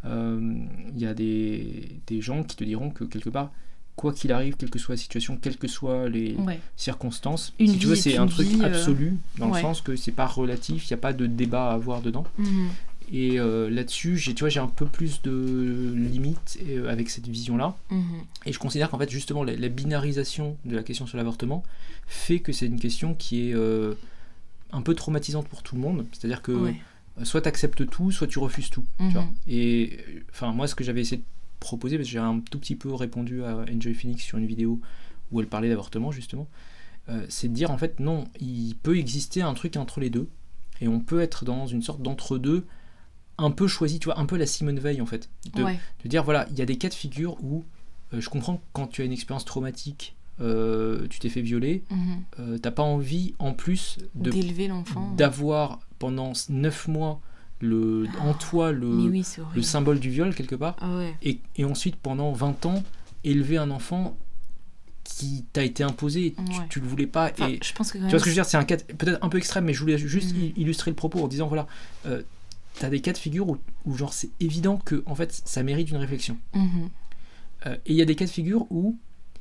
y a des gens qui te diront que quelque part, quoi qu'il arrive, quelle que soit la situation, quelles que soient les circonstances, si tu veux, c'est un truc absolu, dans le sens que c'est pas relatif, il n'y a pas de débat à avoir dedans. Et là-dessus, j'ai un peu plus de limites avec cette vision-là. Et je considère qu'en fait, justement, la binarisation de la question sur l'avortement fait que c'est une question qui est un peu traumatisante pour tout le monde. C'est-à-dire que soit tu acceptes tout, soit tu refuses tout. Tu vois. Et moi, ce que j'avais essayé de proposer, parce que j'ai un tout petit peu répondu à Enjoy Phoenix sur une vidéo où elle parlait d'avortement, justement, c'est de dire, en fait, non, il peut exister un truc entre les deux, et on peut être dans une sorte d'entre-deux, un peu choisi, tu vois, un peu la Simone Veil, en fait, de dire, voilà, il y a des cas de figure où je comprends que quand tu as une expérience traumatique, tu t'es fait violer, t'as pas envie, en plus, d'élever l'enfant, d'avoir pendant 9 mois en toi le symbole du viol quelque part, et ensuite pendant 20 ans élever un enfant qui t'a été imposé et tu le voulais pas. Et je pense que tu vois ce que je veux dire, c'est un cas peut-être un peu extrême, mais je voulais juste illustrer le propos en disant, voilà, t'as des cas de figure où genre c'est évident que en fait ça mérite une réflexion, et il y a des cas de figure où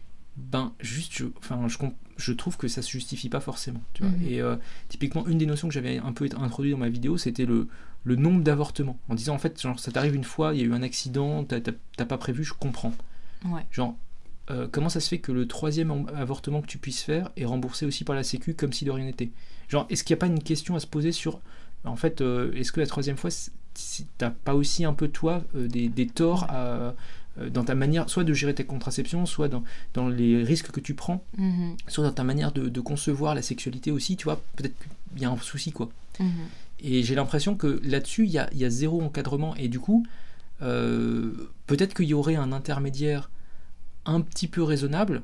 je trouve que ça se justifie pas forcément, tu vois. Et typiquement, une des notions que j'avais un peu introduit dans ma vidéo, c'était le nombre d'avortements, en disant, en fait, genre, ça t'arrive une fois, il y a eu un accident, t'as pas prévu, je comprends. Genre, comment ça se fait que le 3e avortement que tu puisses faire est remboursé aussi par la Sécu comme si de rien n'était? Genre, est-ce qu'il n'y a pas une question à se poser sur, en fait, est-ce que la 3e fois, t'as pas aussi un peu, toi, des torts dans ta manière, soit de gérer ta contraception, soit dans les risques que tu prends, soit dans ta manière de concevoir la sexualité aussi, tu vois, peut-être qu'il y a un souci, quoi. Et j'ai l'impression que là-dessus, il y a zéro encadrement, et du coup, peut-être qu'il y aurait un intermédiaire un petit peu raisonnable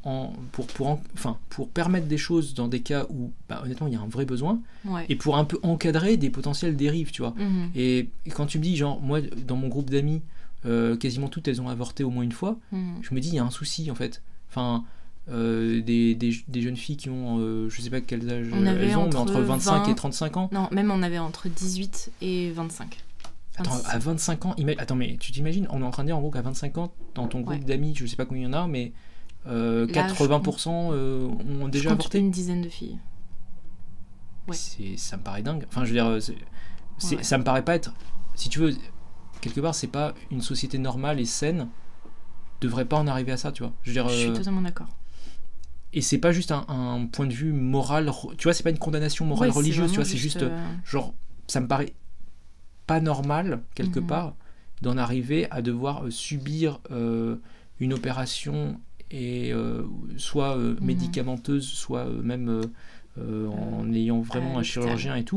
pour permettre des choses dans des cas où, honnêtement, il y a un vrai besoin, et pour un peu encadrer des potentielles dérives, tu vois. Et quand tu me dis, genre, moi, dans mon groupe d'amis, quasiment toutes elles ont avorté au moins une fois, je me dis, il y a un souci, en fait. des jeunes filles qui ont, je sais pas quel âge elles ont, mais entre 25 et 35 ans. Non, même on avait entre 18 et 25. Attends, à 25 ans, attends, mais tu t'imagines, on est en train de dire en gros qu'à 25 ans, dans ton groupe d'amis, je sais pas combien il y en a, mais 80% ont déjà avorté. Une dizaine de filles. Ouais. Ça me paraît dingue. Enfin, je veux dire, ça me paraît pas être... Si tu veux, quelque part, c'est pas une société normale et saine, devrait pas en arriver à ça, tu vois. Je veux dire, je suis totalement d'accord. Et c'est pas juste un point de vue moral, tu vois, c'est pas une condamnation morale religieuse, tu vois, c'est juste, genre, ça me paraît pas normal, quelque part, d'en arriver à devoir subir une opération et soit médicamenteuse, soit même en ayant vraiment un chirurgien et tout,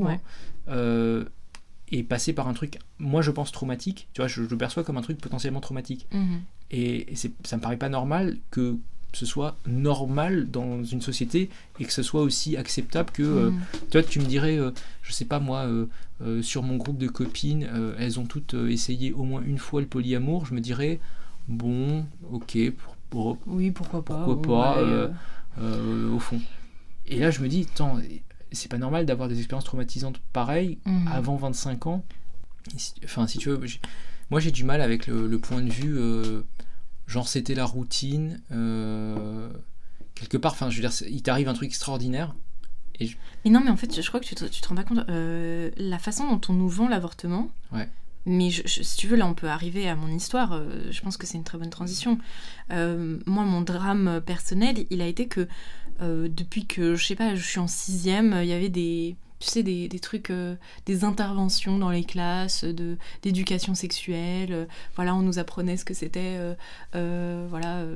et passer par un truc, moi je pense traumatique, tu vois, je le perçois comme un truc potentiellement traumatique. Et ça me paraît pas normal que ce soit normal dans une société et que ce soit aussi acceptable que tu vois, tu me dirais je sais pas moi sur mon groupe de copines elles ont toutes essayé au moins une fois le polyamour, je me dirais bon ok oui pourquoi pas au fond. Et là je me dis attends, c'est pas normal d'avoir des expériences traumatisantes pareilles avant 25 ans. Enfin si tu veux, moi j'ai du mal avec le point de vue genre c'était la routine quelque part, enfin je veux dire il t'arrive un truc extraordinaire mais non mais en fait je crois que tu te rends pas compte la façon dont on nous vend l'avortement. Mais si tu veux, là on peut arriver à mon histoire, je pense que c'est une très bonne transition. Moi mon drame personnel il a été que depuis que je sais pas, je suis en 6e, il y avait des trucs, des interventions dans les classes d'éducation sexuelle, voilà, on nous apprenait ce que c'était le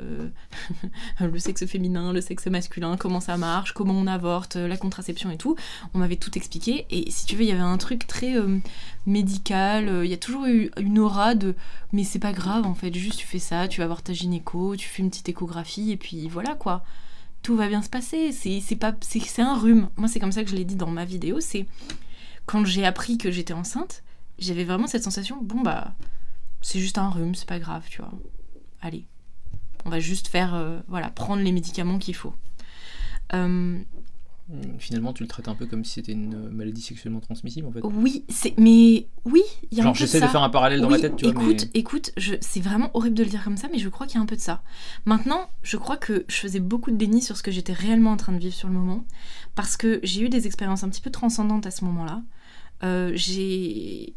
sexe féminin, le sexe masculin, comment ça marche, comment on avorte, la contraception et tout, on m'avait tout expliqué, et si tu veux il y avait un truc très médical, il y a toujours eu une aura de mais c'est pas grave en fait, juste tu fais ça, tu vas voir ta gynéco, tu fais une petite échographie et puis voilà quoi, tout va bien se passer, c'est un rhume. Moi c'est comme ça que je l'ai dit dans ma vidéo, c'est quand j'ai appris que j'étais enceinte, j'avais vraiment cette sensation, bon bah c'est juste un rhume, c'est pas grave, tu vois, allez, on va juste faire prendre les médicaments qu'il faut. Finalement tu le traites un peu comme si c'était une maladie sexuellement transmissible en fait. Oui, il y a genre un peu j'essaie de ça. De faire un parallèle dans ma tête, tu vois, écoute, c'est vraiment horrible de le dire comme ça, mais je crois qu'il y a un peu de ça. Maintenant, je crois que je faisais beaucoup de déni sur ce que j'étais réellement en train de vivre sur le moment, parce que j'ai eu des expériences un petit peu transcendantes à ce moment-là. J'ai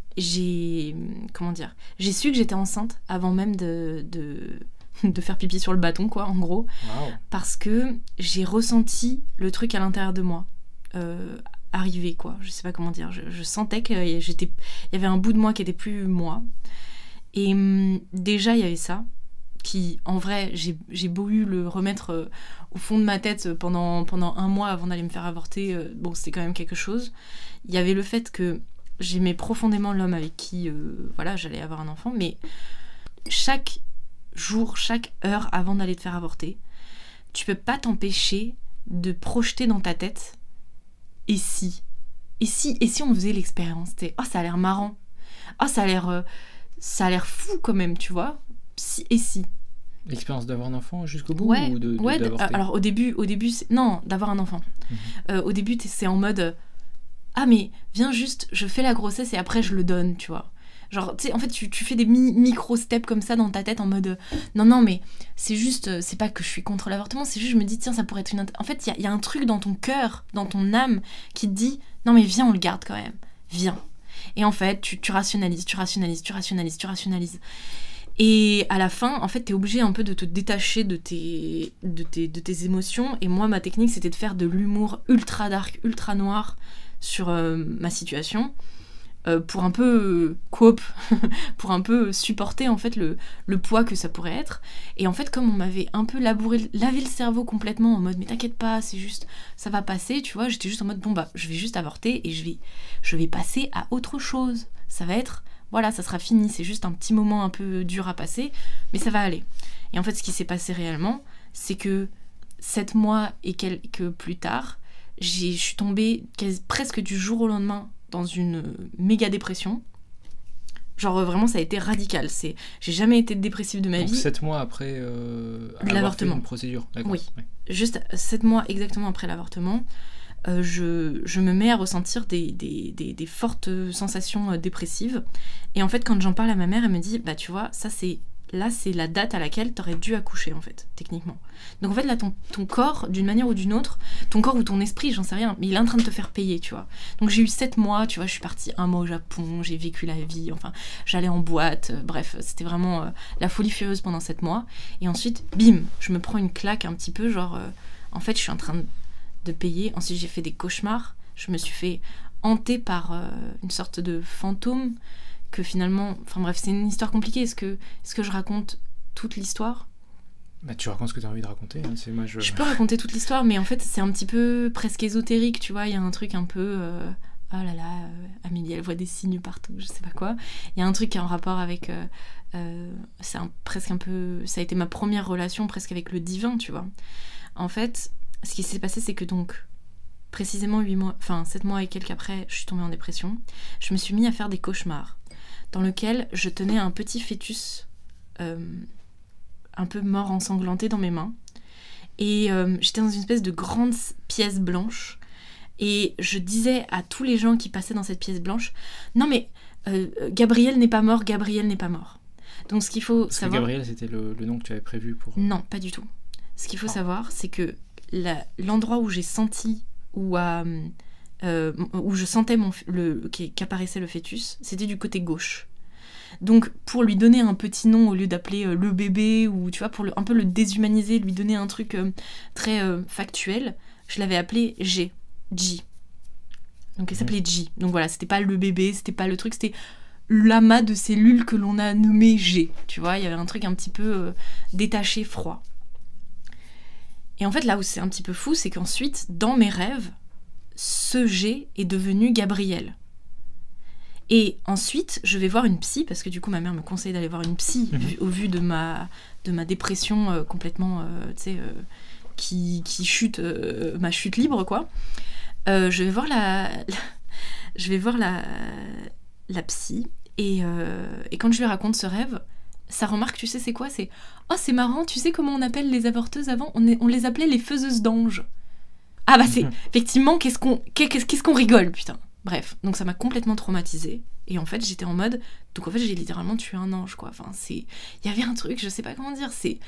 su que j'étais enceinte avant même de faire pipi sur le bâton, quoi, en gros. Wow. Parce que j'ai ressenti le truc à l'intérieur de moi arriver, quoi. Je sais pas comment dire. Je sentais qu'il y avait un bout de moi qui était plus moi. Et déjà, il y avait ça, qui, en vrai, j'ai beau eu le remettre au fond de ma tête pendant un mois avant d'aller me faire avorter. Bon, c'était quand même quelque chose. Il y avait le fait que j'aimais profondément l'homme avec qui j'allais avoir un enfant, mais chaque jour, chaque heure avant d'aller te faire avorter, tu peux pas t'empêcher de projeter dans ta tête et si on faisait l'expérience, ça a l'air marrant, ça a l'air fou quand même, tu vois, si l'expérience d'avoir un enfant jusqu'au bout ou d'avorter. Alors au début non, d'avoir un enfant. Au début c'est en mode mais viens juste, je fais la grossesse et après je le donne, tu vois. Genre, tu sais, en fait, tu fais des micro-steps comme ça dans ta tête en mode non, mais c'est juste, c'est pas que je suis contre l'avortement, c'est juste, je me dis, tiens, ça pourrait être une. En fait, il y a un truc dans ton cœur, dans ton âme, qui te dit, non, mais viens, on le garde quand même, viens. Et en fait, tu rationalises. Et à la fin, en fait, t'es obligé un peu de te détacher de tes émotions. Et moi, ma technique, c'était de faire de l'humour ultra dark, ultra noir sur ma situation. Pour un peu cope, pour un peu supporter en fait le poids que ça pourrait être. Et en fait, comme on m'avait un peu lavé le cerveau complètement en mode mais t'inquiète pas, c'est juste, ça va passer, tu vois, j'étais juste en mode bon bah je vais juste avorter et je vais passer à autre chose. Ça va être, voilà, ça sera fini, c'est juste un petit moment un peu dur à passer, mais ça va aller. Et en fait, ce qui s'est passé réellement, c'est que 7 mois et quelques plus tard, je suis tombée presque du jour au lendemain dans une méga dépression. Genre vraiment ça a été radical. J'ai jamais été dépressive de ma Donc, vie. 7 mois après l'avortement. Une procédure. D'accord. Oui. Juste 7 mois exactement après l'avortement, je me mets à ressentir des fortes sensations dépressives. Et en fait, quand j'en parle à ma mère, elle me dit, bah tu vois, c'est la date à laquelle t'aurais dû accoucher, en fait, techniquement. Donc en fait, là, ton corps, d'une manière ou d'une autre, ton corps ou ton esprit, j'en sais rien, mais il est en train de te faire payer, tu vois. Donc j'ai eu 7 mois, tu vois, je suis partie 1 mois au Japon, j'ai vécu la vie, enfin, j'allais en boîte, bref, c'était vraiment la folie furieuse pendant 7 mois. Et ensuite, bim, je me prends une claque un petit peu, genre, en fait, je suis en train de payer. Ensuite, j'ai fait des cauchemars, je me suis fait hanter par une sorte de fantôme, que finalement, enfin bref, c'est une histoire compliquée. Est-ce que je raconte toute l'histoire ? Bah, tu racontes ce que tu as envie de raconter. Hein. Je peux raconter toute l'histoire, mais en fait, c'est un petit peu presque ésotérique, tu vois. Il y a un truc un peu... oh là là, Amélie, elle voit des signes partout, je sais pas quoi. Il y a un truc qui est en rapport avec... presque un peu... Ça a été ma première relation presque avec le divin, tu vois. En fait, ce qui s'est passé, c'est que donc... précisément 7 mois et quelques après, je suis tombée en dépression. Je me suis mis à faire des cauchemars dans lequel je tenais un petit fœtus un peu mort ensanglanté dans mes mains. Et j'étais dans une espèce de grande pièce blanche. Et je disais à tous les gens qui passaient dans cette pièce blanche, non mais Gabriel n'est pas mort, Gabriel n'est pas mort. Donc ce qu'il faut savoir... Gabriel, c'était le nom que tu avais prévu pour... Non, pas du tout. Ce qu'il faut savoir, c'est que l'endroit où j'ai senti, où je sentais qu'apparaissait le fœtus, c'était du côté gauche. Donc pour lui donner un petit nom au lieu d'appeler le bébé, ou tu vois, pour un peu le déshumaniser, lui donner un truc très factuel, je l'avais appelé G. Donc il s'appelait G. Donc voilà, c'était pas le bébé, c'était pas le truc, c'était l'amas de cellules que l'on a nommé G. Tu vois, il y avait un truc un petit peu détaché, froid. Et en fait, là où c'est un petit peu fou, c'est qu'ensuite, dans mes rêves, ce G est devenu Gabriel. Et ensuite, je vais voir une psy, parce que du coup, ma mère me conseille d'aller voir une psy, au vu de ma dépression complètement, tu sais, qui chute, ma chute libre, quoi. Je vais voir la psy, et quand je lui raconte ce rêve, sa remarque, tu sais, c'est quoi ? C'est « Oh, c'est marrant, tu sais comment on appelle les avorteuses avant ? On les appelait les faiseuses d'anges. » Ah bah c'est... Effectivement, qu'est-ce qu'on rigole, putain. Bref, donc ça m'a complètement traumatisée. Et en fait, j'étais en mode... Donc en fait, j'ai littéralement tué un ange, quoi. Enfin, il y avait un truc, je sais pas comment dire,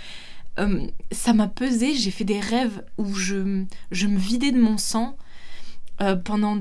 ça m'a pesé, j'ai fait des rêves où je me vidais de mon sang pendant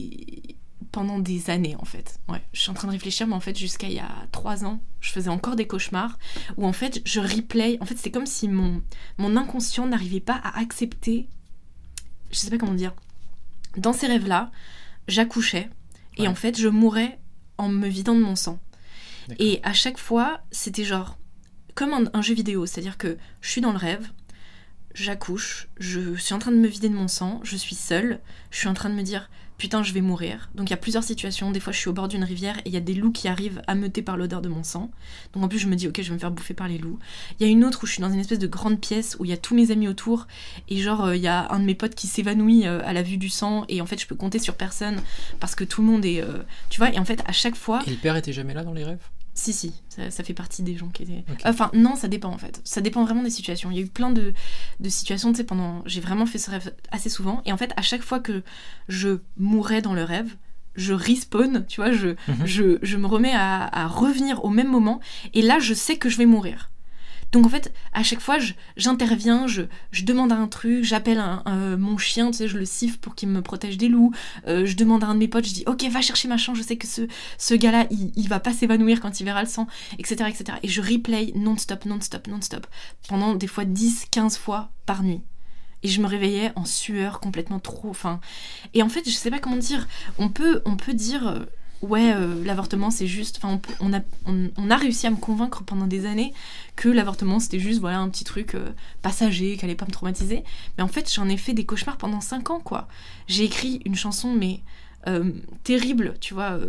des années, en fait. Ouais, je suis en train de réfléchir, mais en fait, jusqu'à il y a 3 ans, je faisais encore des cauchemars où, en fait, je replay. En fait, c'est comme si mon inconscient n'arrivait pas à accepter... Je sais pas comment dire. Dans ces rêves-là, j'accouchais, et en fait, je mourais en me vidant de mon sang. D'accord. Et à chaque fois, c'était genre... comme un jeu vidéo, c'est-à-dire que je suis dans le rêve, j'accouche, je suis en train de me vider de mon sang, je suis seule, je suis en train de me dire putain je vais mourir. Donc il y a plusieurs situations, des fois je suis au bord d'une rivière et il y a des loups qui arrivent ameutés par l'odeur de mon sang. Donc en plus je me dis ok je vais me faire bouffer par les loups. Il y a une autre où je suis dans une espèce de grande pièce où il y a tous mes amis autour et genre il y a un de mes potes qui s'évanouit à la vue du sang et en fait je peux compter sur personne parce que tout le monde est... tu vois, et en fait à chaque fois... Et le père était jamais là dans les rêves ? Si, ça fait partie des gens qui étaient... Okay. Enfin, non, ça dépend en fait. Ça dépend vraiment des situations. Il y a eu plein de situations, tu sais, j'ai vraiment fait ce rêve assez souvent. Et en fait, à chaque fois que je mourais dans le rêve, je respawn, tu vois, je me remets à revenir au même moment. Et là, je sais que je vais mourir. Donc en fait, à chaque fois, j'interviens, je demande un truc, j'appelle mon chien, tu sais, je le siffle pour qu'il me protège des loups, je demande à un de mes potes, je dis « Ok, va chercher ma chance, je sais que ce gars-là, il va pas s'évanouir quand il verra le sang, etc. etc. » Et je replay non-stop, pendant des fois 10-15 fois par nuit. Et je me réveillais en sueur complètement trop... Et en fait, je sais pas comment dire, on peut dire... ouais, l'avortement c'est juste... Enfin, on a réussi à me convaincre pendant des années que l'avortement c'était juste voilà, un petit truc passager, qui allait pas me traumatiser. Mais en fait, j'en ai fait des cauchemars pendant 5 ans, quoi. J'ai écrit une chanson, mais terrible, tu vois,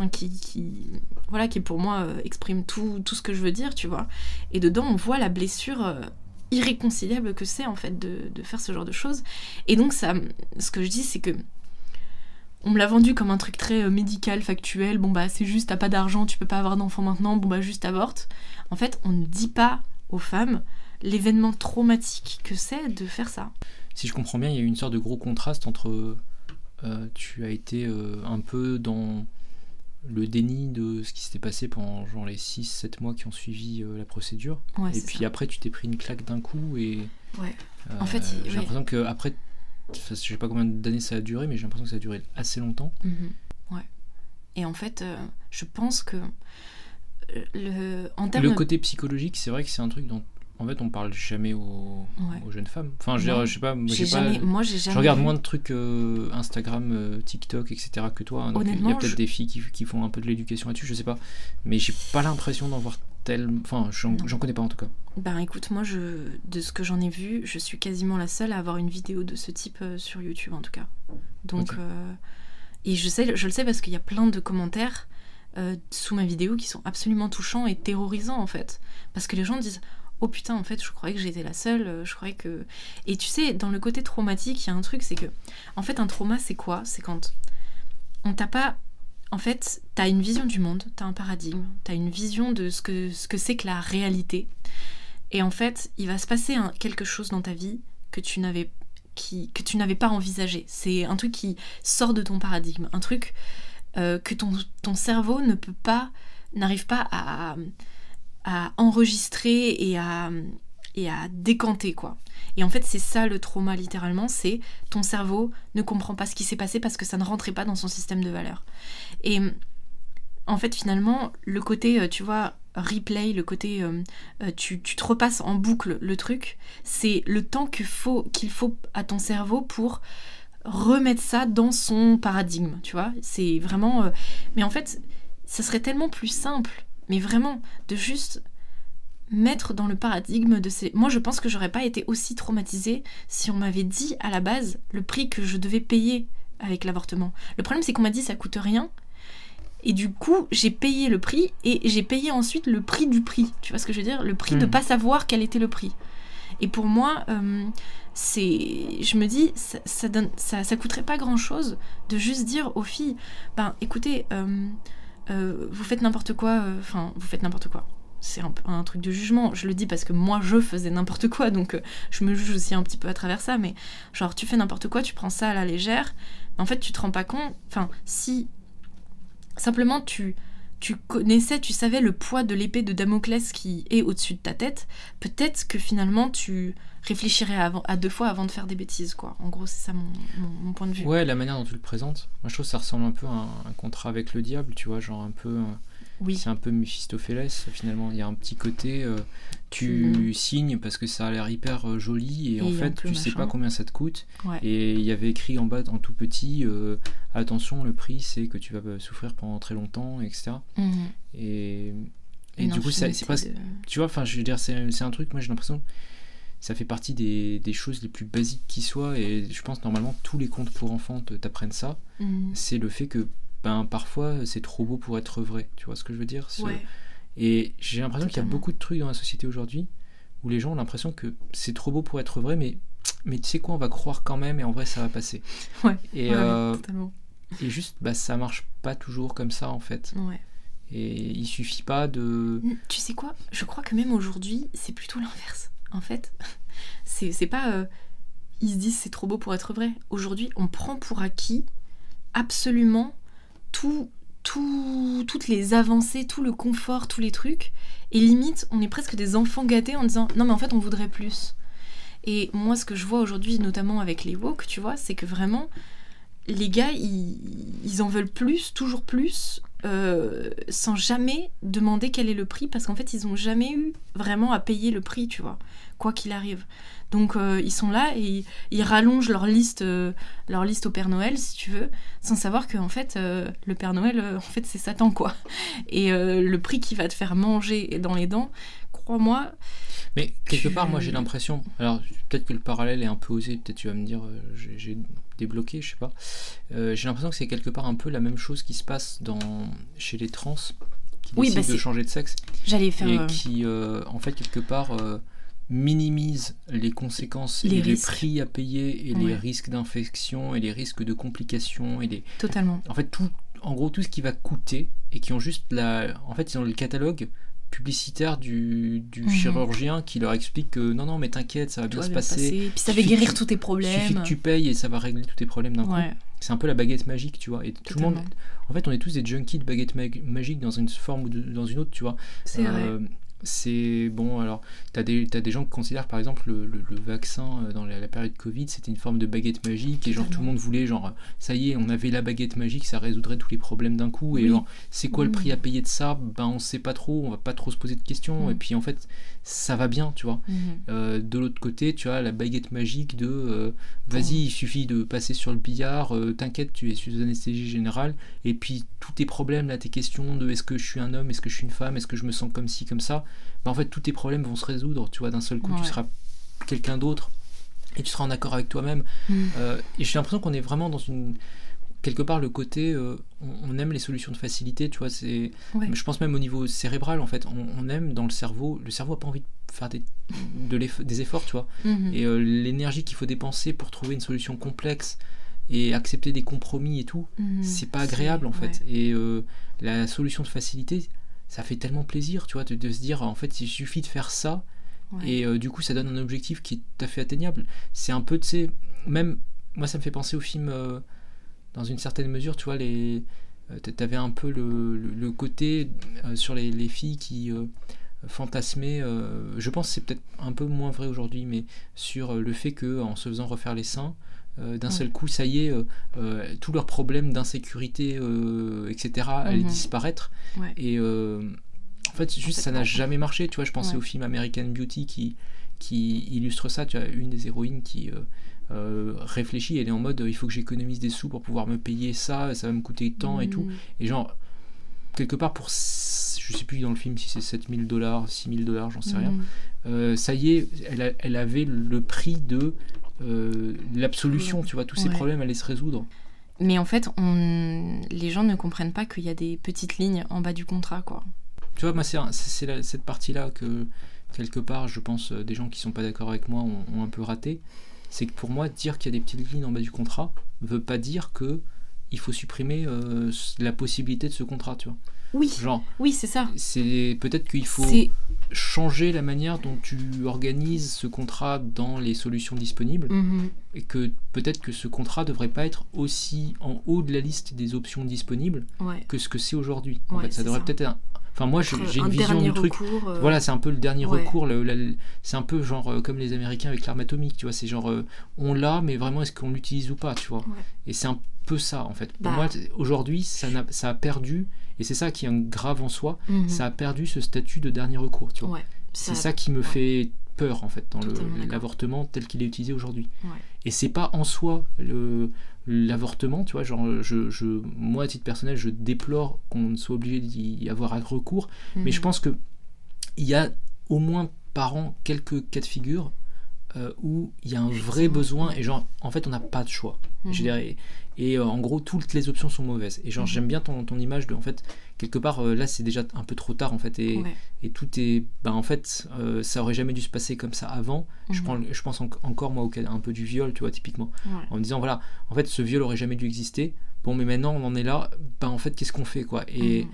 qui pour moi exprime tout ce que je veux dire, tu vois. Et dedans, on voit la blessure... irréconciliable que c'est, en fait, de faire ce genre de choses. Et donc, ça, ce que je dis, c'est que on me l'a vendu comme un truc très médical, factuel. Bon bah c'est juste, t'as pas d'argent, tu peux pas avoir d'enfant maintenant, bon bah juste avorte. En fait, on ne dit pas aux femmes l'événement traumatique que c'est de faire ça. Si je comprends bien, il y a eu une sorte de gros contraste entre tu as été un peu dans le déni de ce qui s'était passé pendant genre les 6-7 mois qui ont suivi la procédure, et puis ça. Après tu t'es pris une claque d'un coup et en fait, j'ai l'impression que après, je sais pas combien d'années ça a duré, mais j'ai l'impression que ça a duré assez longtemps. Et en fait je pense que le côté psychologique, c'est vrai que c'est un truc dont en fait on parle jamais aux jeunes femmes. Enfin, je sais pas, j'ai jamais je regarde moins de trucs Instagram, TikTok, etc. que toi, hein, donc il y a peut-être des filles qui font un peu de l'éducation là-dessus, je sais pas, mais j'ai pas l'impression d'en voir enfin j'en connais pas en tout cas. Ben écoute, moi de ce que j'en ai vu, je suis quasiment la seule à avoir une vidéo de ce type sur YouTube en tout cas. Donc et je le sais parce qu'il y a plein de commentaires sous ma vidéo qui sont absolument touchants et terrorisants en fait, parce que les gens disent oh putain, en fait je croyais que j'étais la seule, je croyais que... Et tu sais, dans le côté traumatique, il y a un truc, c'est que en fait un trauma c'est quoi? C'est quand on t'a pas... En fait, t'as une vision du monde, t'as un paradigme, t'as une vision de ce que c'est que la réalité, et en fait il va se passer quelque chose dans ta vie que tu n'avais pas envisagé. C'est un truc qui sort de ton paradigme, un truc que ton cerveau n'arrive pas à enregistrer et à décanter, quoi. Et en fait c'est ça le trauma littéralement, c'est ton cerveau ne comprend pas ce qui s'est passé parce que ça ne rentrait pas dans son système de valeurs. Et en fait finalement le côté tu vois replay, le côté tu te repasses en boucle le truc, c'est le temps qu'il faut à ton cerveau pour remettre ça dans son paradigme, tu vois. C'est vraiment mais en fait ça serait tellement plus simple, mais vraiment de juste mettre dans le paradigme de ces... Moi je pense que j'aurais pas été aussi traumatisée si on m'avait dit à la base le prix que je devais payer avec l'avortement. Le problème c'est qu'on m'a dit ça coûte rien, et du coup j'ai payé le prix, et j'ai payé ensuite le prix du prix, tu vois ce que je veux dire, le prix de pas savoir quel était le prix. Et pour moi je me dis ça coûterait pas grand chose de juste dire aux filles ben écoutez vous faites n'importe quoi, vous faites n'importe quoi. C'est un truc de jugement, je le dis parce que moi je faisais n'importe quoi, donc je me juge aussi un petit peu à travers ça, mais genre tu fais n'importe quoi, tu prends ça à la légère, mais en fait tu te rends pas compte, si simplement tu connaissais, tu savais le poids de l'épée de Damoclès qui est au-dessus de ta tête, peut-être que finalement tu réfléchirais à 2 fois avant de faire des bêtises, quoi. En gros c'est ça mon point de vue. Ouais, la manière dont tu le présentes, moi je trouve que ça ressemble un peu à un contrat avec le diable, tu vois, genre un peu... Oui. C'est un peu Méphistophélès finalement, il y a un petit côté tu signes parce que ça a l'air hyper joli, et en fait tu sais pas combien ça te coûte, et il y avait écrit en bas en tout petit attention, le prix c'est que tu vas souffrir pendant très longtemps, etc. Et du coup c'est presque tu vois, je veux dire c'est un truc, moi j'ai l'impression ça fait partie des choses les plus basiques qui soient, et je pense normalement tous les contes pour enfants t'apprennent ça. C'est le fait que parfois c'est trop beau pour être vrai, tu vois ce que je veux dire. Et j'ai l'impression qu'il y a beaucoup de trucs dans la société aujourd'hui où les gens ont l'impression que c'est trop beau pour être vrai, mais tu sais quoi, on va croire quand même, et en vrai ça va passer. Totalement. Et juste ça marche pas toujours comme ça en fait. Et il suffit pas de... Tu sais quoi, je crois que même aujourd'hui c'est plutôt l'inverse en fait. C'est pas ils se disent c'est trop beau pour être vrai. Aujourd'hui on prend pour acquis absolument toutes les avancées, tout le confort, tous les trucs, et limite on est presque des enfants gâtés en disant non mais en fait on voudrait plus. Et moi ce que je vois aujourd'hui notamment avec les woke, tu vois, c'est que vraiment les gars ils en veulent plus, toujours plus, sans jamais demander quel est le prix, parce qu'en fait ils ont jamais eu vraiment à payer le prix, tu vois, quoi qu'il arrive. Donc ils sont là et ils rallongent leur liste au Père Noël, si tu veux, sans savoir que en fait le Père Noël en fait c'est Satan, quoi. Et le prix qu'il va te faire manger dans les dents, crois-moi. Mais quelque part moi j'ai l'impression, alors peut-être que le parallèle est un peu osé, peut-être tu vas me dire j'ai débloqué, je sais pas. J'ai l'impression que c'est quelque part un peu la même chose qui se passe chez les trans qui décident de changer de sexe. J'allais faire et qui en fait quelque part minimise les conséquences Les et les risques. prix à payer et Ouais. les risques d'infection et les risques de complications et Totalement. en fait en gros tout ce qui va coûter et qui ont juste en fait ils ont le catalogue publicitaire du chirurgien qui leur explique que non mais t'inquiète, ça va bien se passer. Puis ça va guérir tous tes problèmes. Il suffit que tu payes et ça va régler tous tes problèmes d'un coup. C'est un peu la baguette magique, tu vois. Et tout le monde, en fait, on est tous des junkies de baguette magique dans une forme ou dans une autre, tu vois. C'est vrai. C'est bon, alors t'as des gens qui considèrent par exemple le vaccin dans la période Covid, c'était une forme de baguette magique et genre tout le monde voulait genre ça y est, on avait la baguette magique, ça résoudrait tous les problèmes d'un coup. Et genre c'est quoi le prix à payer de ça? Ben on sait pas trop, on va pas trop se poser de questions et puis en fait ça va bien, tu vois. De l'autre côté, tu as la baguette magique de vas-y, il suffit de passer sur le billard, t'inquiète, tu es sous anesthésie générale et puis tous tes problèmes là, tes questions de est-ce que je suis un homme, est-ce que je suis une femme, est-ce que je me sens comme ci, comme ça, en fait tous tes problèmes vont se résoudre, tu vois, d'un seul coup tu seras quelqu'un d'autre et tu seras en accord avec toi-même. Et j'ai l'impression qu'on est vraiment dans quelque part le côté on aime les solutions de facilité, tu vois, je pense même au niveau cérébral en fait, on aime dans le cerveau a pas envie de faire des efforts, tu vois, et l'énergie qu'il faut dépenser pour trouver une solution complexe et accepter des compromis et tout, c'est pas agréable en fait. Et la solution de facilité, ça fait tellement plaisir, tu vois, de se dire en fait il suffit de faire ça et du coup ça donne un objectif qui est tout à fait atteignable. C'est un peu, tu sais, même moi ça me fait penser au film dans une certaine mesure, tu vois, t'avais un peu le côté sur les filles qui fantasmaient, je pense que c'est peut-être un peu moins vrai aujourd'hui, mais sur le fait qu'en se faisant refaire les seins, d'un seul coup, ça y est, tous leurs problèmes d'insécurité, etc., allaient disparaître. Et en fait, juste ça n'a jamais marché. Tu vois, je pensais au film American Beauty qui illustre ça. Tu as une des héroïnes qui réfléchit, elle est en mode il faut que j'économise des sous pour pouvoir me payer ça va me coûter tant et tout. Et genre, quelque part, pour je sais plus dans le film si c'est $7,000, $6,000, j'en sais rien. Ça y est, elle avait le prix de l'absolution, tu vois, tous ces problèmes allaient se résoudre. Mais en fait, les gens ne comprennent pas qu'il y a des petites lignes en bas du contrat, quoi. Tu vois, moi, c'est cette partie-là que, quelque part, je pense, des gens qui sont pas d'accord avec moi ont un peu raté. C'est que pour moi, dire qu'il y a des petites lignes en bas du contrat veut pas dire que il faut supprimer la possibilité de ce contrat, tu vois. Oui, c'est ça. C'est peut-être qu'il faut changer la manière dont tu organises ce contrat dans les solutions disponibles et que peut-être que ce contrat devrait pas être aussi en haut de la liste des options disponibles que ce que c'est aujourd'hui. En fait, ça devrait peut-être enfin moi j'ai une vision du truc. Voilà, c'est un peu le dernier recours. C'est un peu genre comme les Américains avec l'arme atomique, tu vois. C'est genre on l'a, mais vraiment est-ce qu'on l'utilise ou pas, tu vois. Et c'est un peu ça en fait. Pour moi aujourd'hui ça a perdu. Et c'est ça qui est grave en soi, ça a perdu ce statut de dernier recours, tu vois. C'est ça qui me fait peur, en fait, dans l'avortement tel qu'il est utilisé aujourd'hui. Et c'est pas en soi l'avortement, tu vois, genre, moi, à titre personnel, je déplore qu'on soit obligé d'y avoir un recours, mais je pense qu'il y a au moins par an quelques cas de figure où il y a un vrai besoin, et genre, en fait, on n'a pas de choix. Je dirais, et en gros toutes les options sont mauvaises et genre j'aime bien ton image de en fait quelque part là c'est déjà un peu trop tard en fait et tout est en fait ça aurait jamais dû se passer comme ça avant. Je pense encore moi au cas un peu du viol, tu vois, typiquement en me disant voilà en fait ce viol aurait jamais dû exister, bon mais maintenant on en est là, en fait qu'est-ce qu'on fait quoi. Et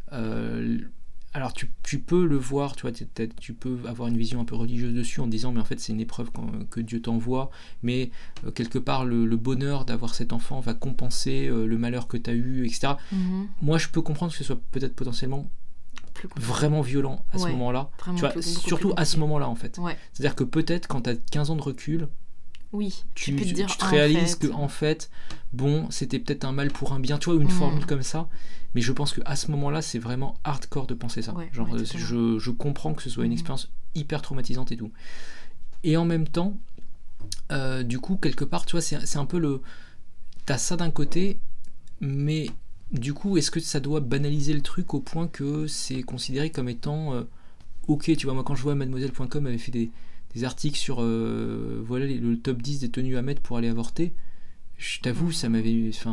alors tu peux le voir, tu vois, tu peux avoir une vision un peu religieuse dessus en disant mais en fait c'est une épreuve que Dieu t'envoie, mais quelque part le bonheur d'avoir cet enfant va compenser le malheur que tu as eu, etc. Moi je peux comprendre que ce soit peut-être potentiellement vraiment violent à ce moment-là, tu vois, surtout à ce moment-là en fait. C'est-à-dire que peut-être quand tu as 15 ans de recul, tu te réalises que en fait bon c'était peut-être un mal pour un bien, tu vois, une formule comme ça. Mais je pense qu'à ce moment-là, c'est vraiment hardcore de penser ça. Genre, je comprends que ce soit une expérience hyper traumatisante et tout. Et en même temps, du coup, quelque part, tu vois, c'est un peu t'as ça d'un côté, mais du coup, est-ce que ça doit banaliser le truc au point que c'est considéré comme étant ok, tu vois, moi quand je vois mademoiselle.com avait fait des articles sur voilà le top 10 des tenues à mettre pour aller avorter, je t'avoue, ça m'avait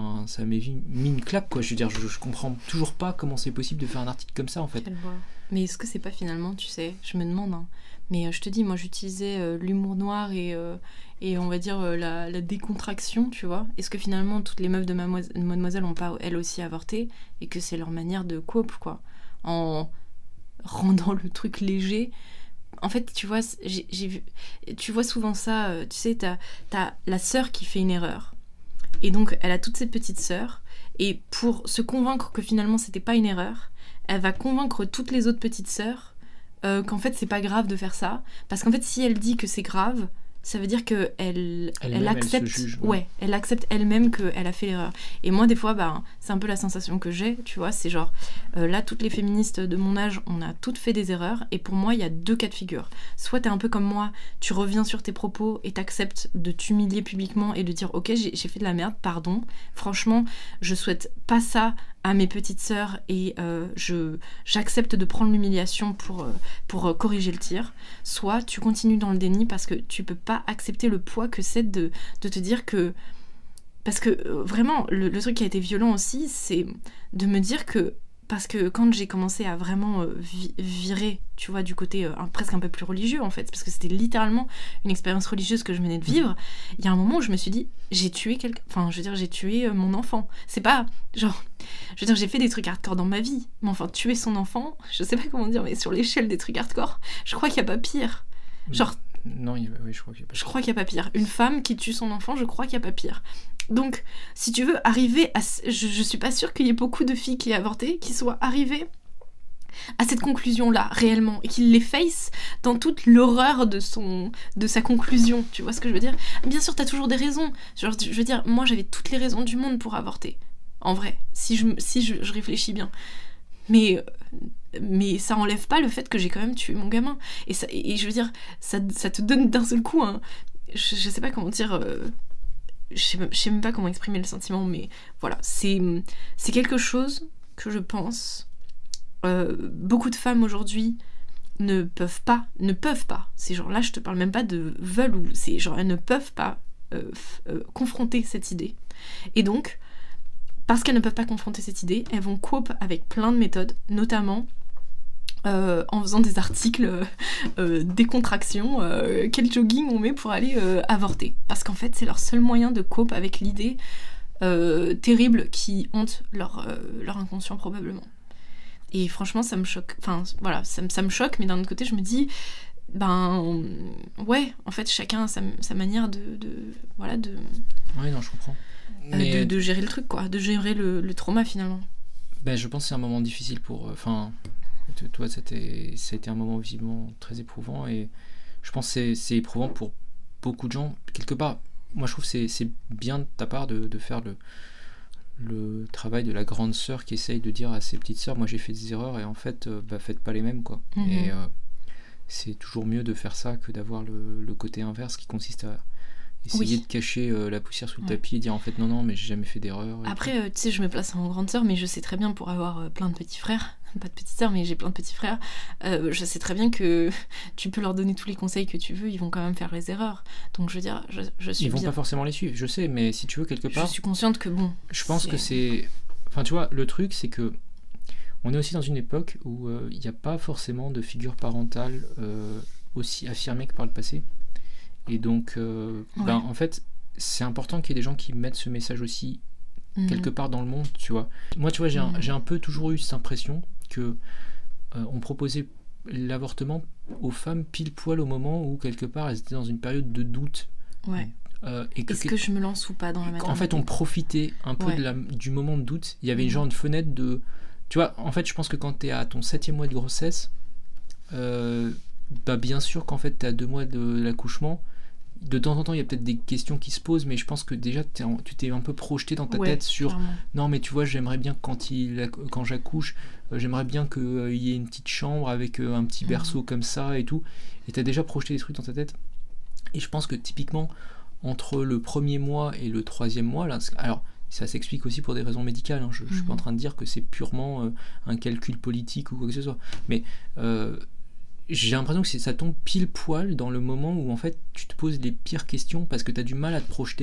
mis une claque, quoi. Je veux dire, je comprends toujours pas comment c'est possible de faire un article comme ça, en fait. Mais est-ce que c'est pas finalement, tu sais, je me demande, hein, mais je te dis, moi j'utilisais l'humour noir et on va dire la décontraction, tu vois. Est-ce que finalement toutes les meufs de Mademoiselle ont pas elles aussi avorté et que c'est leur manière de cope, quoi, en rendant le truc léger. En fait, tu vois, tu vois souvent ça, tu sais, t'as la sœur qui fait une erreur. Et donc, elle a toutes ses petites sœurs. Et pour se convaincre que finalement, c'était pas une erreur, elle va convaincre toutes les autres petites sœurs qu'en fait, c'est pas grave de faire ça. Parce qu'en fait, si elle dit que c'est grave, ça veut dire qu'elle accepte, elle se juge, elle accepte elle-même qu'elle a fait l'erreur. Et moi, des fois, c'est un peu la sensation que j'ai, tu vois, c'est genre, là, toutes les féministes de mon âge, on a toutes fait des erreurs, et pour moi, il y a 2 cas de figure. Soit t'es un peu comme moi, tu reviens sur tes propos et t'acceptes de t'humilier publiquement et de dire, ok, j'ai fait de la merde, pardon, franchement, je souhaite pas ça à mes petites sœurs et j'accepte de prendre l'humiliation pour corriger le tir. Soit tu continues dans le déni parce que tu peux pas accepter le poids que c'est de te dire que... Parce que vraiment, le truc qui a été violent aussi, c'est de me dire que... Parce que quand j'ai commencé à vraiment virer, tu vois, du côté presque un peu plus religieux, en fait, parce que c'était littéralement une expérience religieuse que je venais de vivre, il y a un moment où je me suis dit, j'ai tué quelqu'un... Enfin, je veux dire, j'ai tué mon enfant. C'est pas... Genre... Je veux dire, j'ai fait des trucs hardcore dans ma vie, mais enfin, tuer son enfant, je sais pas comment dire, mais sur l'échelle des trucs hardcore, je crois qu'il y a pas pire. Genre... Non, oui, je crois qu'il y a pas pire. Je crois qu'il y a pas pire. Une femme qui tue son enfant, je crois qu'il y a pas pire. Donc, si tu veux arriver à... Je suis pas sûre qu'il y ait beaucoup de filles qui aient avorté, qui soient arrivées à cette conclusion-là, réellement, et qu'il les face dans toute l'horreur de sa conclusion, tu vois ce que je veux dire ? Bien sûr, t'as toujours des raisons. Genre, je veux dire, moi, j'avais toutes les raisons du monde pour avorter. En vrai, si je réfléchis bien. Mais ça enlève pas le fait que j'ai quand même tué mon gamin. Et je veux dire, ça te donne d'un seul coup un... Je sais pas comment dire... je sais même pas comment exprimer le sentiment, mais voilà, c'est quelque chose que je pense beaucoup de femmes aujourd'hui ne peuvent pas, c'est genre là je te parle même pas de veulent ou c'est genre elles ne peuvent pas confronter cette idée, et donc parce qu'elles ne peuvent pas confronter cette idée, elles vont cope avec plein de méthodes, notamment en faisant des articles décontraction, quel jogging on met pour aller avorter, parce qu'en fait c'est leur seul moyen de cope avec l'idée terrible qui hante leur inconscient probablement. Et franchement ça me choque, enfin voilà, ça me choque, mais d'un autre côté je me dis ouais, en fait chacun a sa manière de voilà de... Ouais, non, je comprends. Mais... de gérer le truc, quoi, de gérer le trauma finalement. Ben, je pense que c'est un moment difficile pour... Enfin, toi ça a été un moment visiblement très éprouvant, et je pense que c'est éprouvant pour beaucoup de gens. Quelque part, moi je trouve que c'est bien de ta part de faire le travail de la grande sœur qui essaye de dire à ses petites sœurs, moi j'ai fait des erreurs et en fait faites pas les mêmes, quoi. Et c'est toujours mieux de faire ça que d'avoir le côté inverse qui consiste à essayer de cacher la poussière sous le tapis et dire en fait non mais j'ai jamais fait d'erreur. Après tu sais, je me place en grande sœur, mais je sais très bien, pour avoir plein de petits frères, pas de petites sœurs mais j'ai plein de petits frères, je sais très bien que tu peux leur donner tous les conseils que tu veux, ils vont quand même faire les erreurs. Donc je veux dire, je suis ils vont pas forcément les suivre, je sais, mais si tu veux, quelque part je suis consciente que bon, je pense que c'est... Enfin tu vois, le truc c'est que on est aussi dans une époque où il n'y a pas forcément de figure parentale aussi affirmée que par le passé. Et donc, en fait, c'est important qu'il y ait des gens qui mettent ce message aussi quelque part dans le monde, tu vois. Moi, tu vois, j'ai un peu toujours eu cette impression que on proposait l'avortement aux femmes pile poil au moment où, quelque part, elles étaient dans une période de doute. Ouais. Est-ce que je me lance ou pas dans la maternité ? En fait, on profitait un peu du moment de doute. Il y avait genre une fenêtre de... Tu vois, en fait, je pense que quand t'es à ton 7e mois de grossesse, bien sûr qu'en fait, t'es à 2 mois de l'accouchement. De temps en temps, il y a peut-être des questions qui se posent, mais je pense que déjà, tu t'es un peu projeté dans ta tête sur... Clairement. Non, mais tu vois, j'aimerais bien quand j'accouche, j'aimerais bien qu'il y ait une petite chambre avec un petit berceau comme ça et tout. Et t'as déjà projeté des trucs dans ta tête. Et je pense que typiquement, entre le 1er mois et le 3e mois, là, alors ça s'explique aussi pour des raisons médicales, hein, je suis pas en train de dire que c'est purement un calcul politique ou quoi que ce soit, mais j'ai l'impression que ça tombe pile poil dans le moment où en fait tu te poses les pires questions parce que tu as du mal à te projeter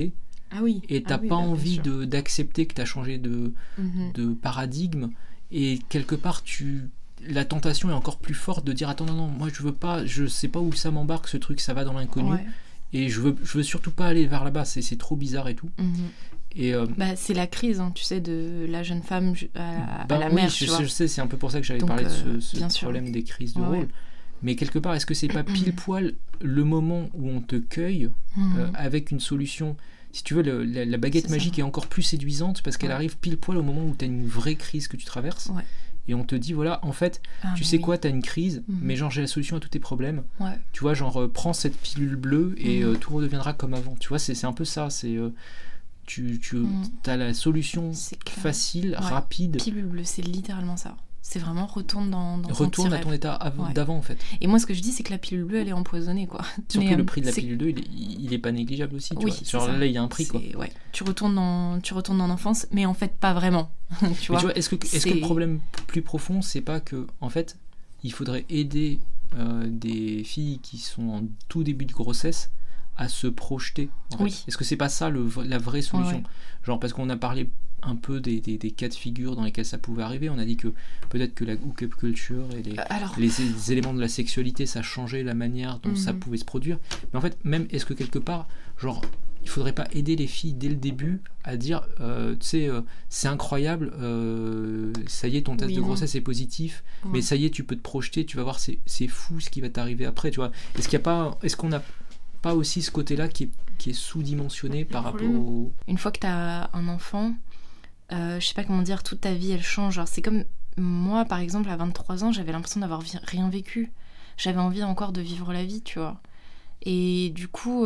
Ah oui. Et t'as pas envie d'accepter que t'as changé de paradigme. Et quelque part, la tentation est encore plus forte de dire attends, non, moi je veux pas, je sais pas où ça m'embarque ce truc, ça va dans l'inconnu. Ouais. Et je veux surtout pas aller vers là-bas, c'est trop bizarre et tout. Et c'est la crise, hein, tu sais, de la jeune femme à la mère. Je sais, c'est un peu pour ça que j'avais parlé de ce problème des crises de rôle. Mais quelque part, est-ce que c'est pas pile poil le moment où on te cueille avec une solution? Si tu veux, la baguette magique est encore plus séduisante parce qu'elle arrive pile poil au moment où tu as une vraie crise que tu traverses. Et on te dit, voilà, en fait, tu sais quoi, t'as une crise, mais genre j'ai la solution à tous tes problèmes. Tu vois, genre prends cette pilule bleue et tout redeviendra comme avant. Tu vois, c'est un peu ça. C'est tu as la solution facile, rapide. Pilule bleue, c'est littéralement ça. C'est vraiment retourne à ton état d'avant en fait. Et moi ce que je dis c'est que la pilule bleue elle est empoisonnée quoi. Surtout le prix de la pilule bleue il est pas négligeable aussi. Tu vois. Genre là il y a un prix quoi. Ouais. Tu retournes dans l'enfance mais en fait pas vraiment. tu vois, est-ce que le problème plus profond c'est pas que en fait il faudrait aider des filles qui sont en tout début de grossesse à se projeter en fait. Est-ce que c'est pas ça la vraie solution? Genre parce qu'on a parlé un peu des cas de figure dans lesquels ça pouvait arriver. On a dit que peut-être que la hookup culture et les éléments de la sexualité ça changeait la manière dont ça pouvait se produire. Mais en fait même est-ce que quelque part genre il faudrait pas aider les filles dès le début à dire tu sais c'est incroyable ça y est ton test de grossesse est positif mais ça y est tu peux te projeter, tu vas voir c'est fou ce qui va t'arriver après, tu vois. Est-ce qu'on a pas aussi ce côté-là qui est sous-dimensionné par rapport au... Une fois que t'as un enfant, je sais pas comment dire, toute ta vie elle change. Genre, c'est comme moi par exemple à 23 ans, j'avais l'impression d'avoir rien vécu. J'avais envie encore de vivre la vie, tu vois. Et du coup,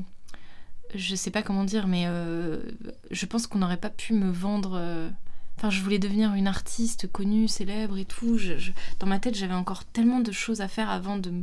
je sais pas comment dire, mais je pense qu'on n'aurait pas pu me vendre... Enfin, je voulais devenir une artiste connue, célèbre et tout. Dans ma tête, j'avais encore tellement de choses à faire avant de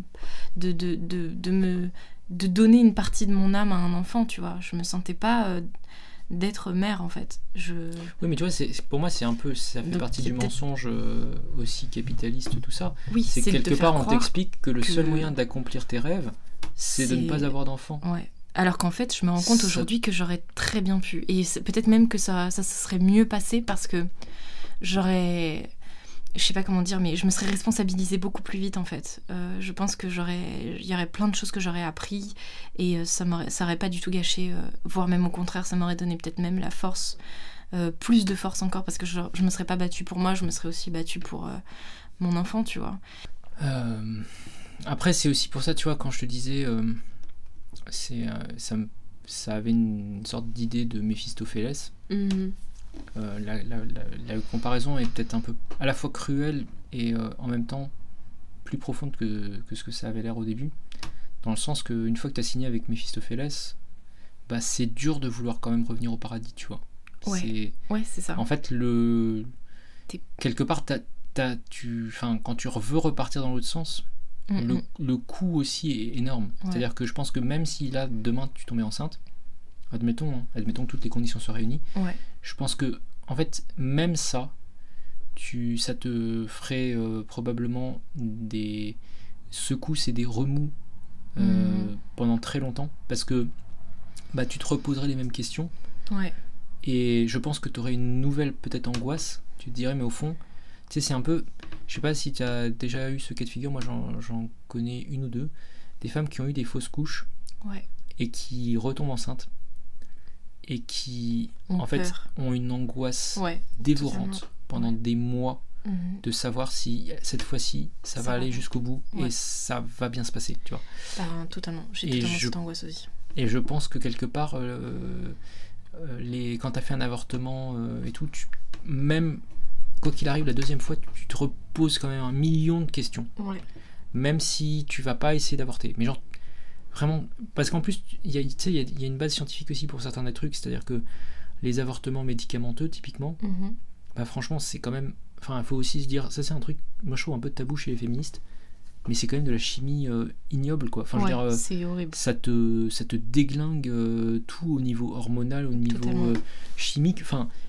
donner une partie de mon âme à un enfant, tu vois. Je me sentais pas d'être mère, en fait. Oui, mais tu vois, pour moi, c'est un peu... Ça fait partie du mensonge aussi capitaliste, tout ça. Oui, c'est que quelque part, on t'explique que le seul moyen d'accomplir tes rêves, c'est de ne pas avoir d'enfant. Ouais. Alors qu'en fait, je me rends compte aujourd'hui que j'aurais très bien pu. Et peut-être même que ça se serait mieux passé parce que j'aurais... Je sais pas comment dire, mais je me serais responsabilisée beaucoup plus vite en fait. Je pense que il y aurait plein de choses que j'aurais appris et ça aurait pas du tout gâché, voire même au contraire, ça m'aurait donné peut-être même la force, plus de force encore parce que je me serais pas battue pour moi, je me serais aussi battue pour mon enfant, tu vois. Après, c'est aussi pour ça, tu vois, quand je te disais, ça avait une sorte d'idée de Méphistophélès. La comparaison est peut-être un peu à la fois cruelle et en même temps plus profonde que ce que ça avait l'air au début, dans le sens qu'une fois que tu as signé avec Méphistophélès, bah, c'est dur de vouloir quand même revenir au paradis, tu vois. C'est ça. En fait, quelque part, quand tu veux repartir dans l'autre sens, le coût aussi est énorme. C'est-à-dire que je pense que même si là, demain, tu tombais enceinte, admettons que toutes les conditions soient réunies, je pense que en fait même ça te ferait probablement des secousses et des remous pendant très longtemps parce que bah, tu te reposerais les mêmes questions et je pense que tu aurais une nouvelle peut-être angoisse. Tu te dirais mais au fond tu sais c'est un peu, je sais pas si tu as déjà eu ce cas de figure, moi j'en connais une ou deux, des femmes qui ont eu des fausses couches et qui retombent enceintes et qui en fait ont une angoisse dévorante pendant des mois de savoir si cette fois-ci ça va aller jusqu'au bout et ça va bien se passer, tu vois. Totalement, j'ai totalement cette angoisse aussi. Et je pense que quelque part quand t'as fait un avortement et tout, même quoi qu'il arrive la deuxième fois tu te reposes quand même 1 million de questions, même si tu vas pas essayer d'avorter, mais genre vraiment, parce qu'en plus il y a une base scientifique aussi pour certains des trucs, c'est-à-dire que les avortements médicamenteux typiquement, bah franchement c'est quand même, enfin il faut aussi se dire, ça c'est un truc, moi je trouve un peu tabou chez les féministes, mais c'est quand même de la chimie ignoble quoi. Enfin je veux dire, c'est horrible. Ça te déglingue tout au niveau hormonal, au niveau chimique, enfin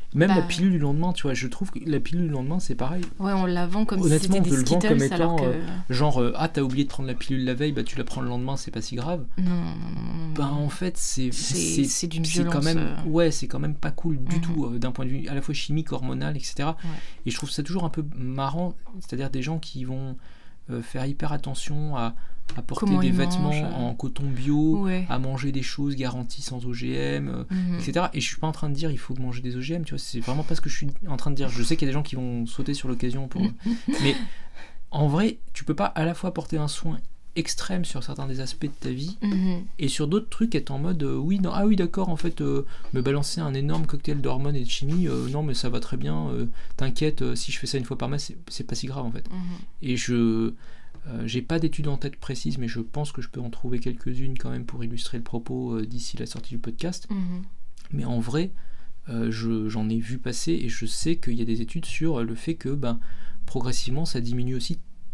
Même la pilule du lendemain, tu vois, je trouve que la pilule du lendemain, c'est pareil. Ouais, on la vend comme honnêtement, si c'était des Skittles, Skittles, comme étant, alors que... genre, t'as oublié de prendre la pilule la veille, tu la prends le lendemain, c'est pas si grave. Non. En fait, c'est d'une violence... quand même, c'est quand même pas cool du tout, d'un point de vue à la fois chimique, hormonal, etc. Ouais. Et je trouve ça toujours un peu marrant, c'est-à-dire des gens qui vont faire hyper attention à porter des vêtements en coton bio, à manger des choses garanties sans OGM, etc. Et je suis pas en train de dire il faut manger des OGM, tu vois, c'est vraiment pas ce que je suis en train de dire. Je sais qu'il y a des gens qui vont sauter sur l'occasion pour... Mais en vrai, tu peux pas à la fois porter un soin extrême sur certains des aspects de ta vie et sur d'autres trucs être en mode oui d'accord, en fait me balancer un énorme cocktail d'hormones et de chimie, non mais ça va très bien, t'inquiète, si je fais ça une fois par mois c'est pas si grave en fait. Et j'ai pas d'études en tête précises, mais je pense que je peux en trouver quelques-unes quand même pour illustrer le propos d'ici la sortie du podcast. Mais en vrai, j'en ai vu passer et je sais qu'il y a des études sur le fait que progressivement ça diminue aussi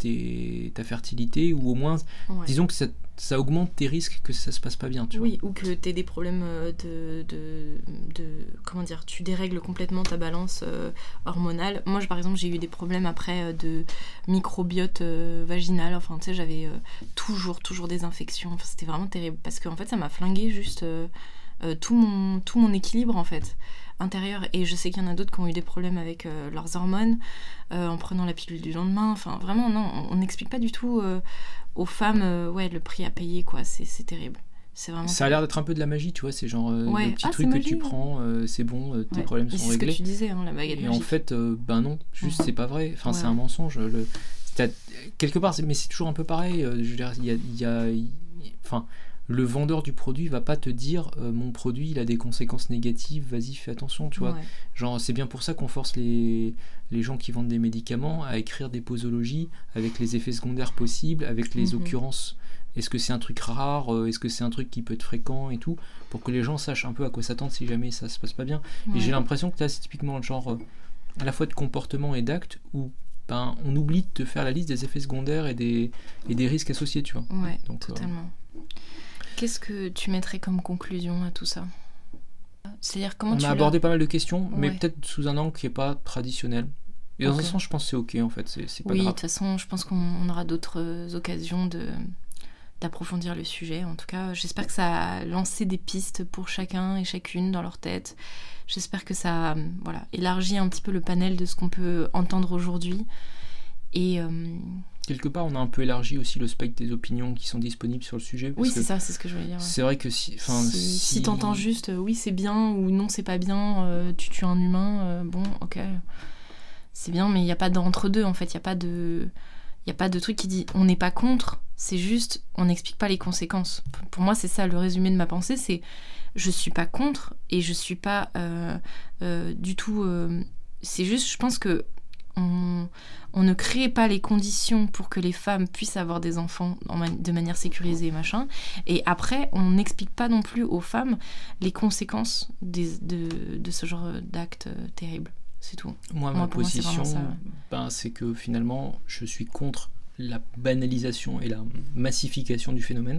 ta fertilité, ou au moins disons que ça augmente tes risques que ça se passe pas bien, tu vois. Ou que tu aies des problèmes de comment dire, tu dérègles complètement ta balance hormonale. Moi par exemple j'ai eu des problèmes après de microbiote vaginal, enfin tu sais, j'avais toujours des infections, enfin, c'était vraiment terrible parce que en fait ça m'a flingué juste tout mon équilibre en fait intérieur, et je sais qu'il y en a d'autres qui ont eu des problèmes avec leurs hormones en prenant la pilule du lendemain, enfin vraiment non, on n'explique pas du tout aux femmes le prix à payer, quoi, c'est terrible. C'est vraiment ça a l'air d'être un peu de la magie, tu vois, c'est genre le petit truc que tu prends, c'est bon, tes problèmes sont réglés. C'est ce que tu disais, la baguette magique. Et en fait, non, juste c'est pas vrai, enfin c'est un mensonge. Quelque part, mais c'est toujours un peu pareil, je veux dire, il y a enfin, le vendeur du produit va pas te dire mon produit il a des conséquences négatives, vas-y fais attention, tu vois. Genre c'est bien pour ça qu'on force les gens qui vendent des médicaments à écrire des posologies avec les effets secondaires possibles, avec les occurrences. Est-ce que c'est un truc rare, est-ce que c'est un truc qui peut être fréquent et tout, pour que les gens sachent un peu à quoi s'attendre si jamais ça se passe pas bien. Et j'ai l'impression que là c'est typiquement le genre à la fois de comportement et d'acte où on oublie de te faire la liste des effets secondaires et des risques associés, tu vois. Donc, totalement. Qu'est-ce que tu mettrais comme conclusion à tout ça ? C'est-à-dire comment on a abordé pas mal de questions, mais peut-être sous un angle qui n'est pas traditionnel. Et dans un sens, je pense que c'est ok en fait, c'est pas grave. Oui, de toute façon, je pense qu'on aura d'autres occasions d'approfondir le sujet. En tout cas, j'espère que ça a lancé des pistes pour chacun et chacune dans leur tête. J'espère que ça élargit un petit peu le panel de ce qu'on peut entendre aujourd'hui. Et quelque part, on a un peu élargi aussi le spectre des opinions qui sont disponibles sur le sujet. Oui, c'est ça, c'est ce que je voulais dire. C'est vrai que si t'entends juste oui, c'est bien ou non, c'est pas bien, tu tues un humain, bon, ok, c'est bien, mais il n'y a pas d'entre-deux en fait, il n'y a pas de truc qui dit on n'est pas contre, c'est juste on n'explique pas les conséquences. Pour moi, c'est ça le résumé de ma pensée, c'est je suis pas contre et je suis pas du tout. C'est juste, je pense que on ne crée pas les conditions pour que les femmes puissent avoir des enfants de manière sécurisée, machin. Et après, on n'explique pas non plus aux femmes les conséquences de ce genre d'actes terribles. C'est tout. Moi, ma position, c'est que finalement, je suis contre la banalisation et la massification du phénomène.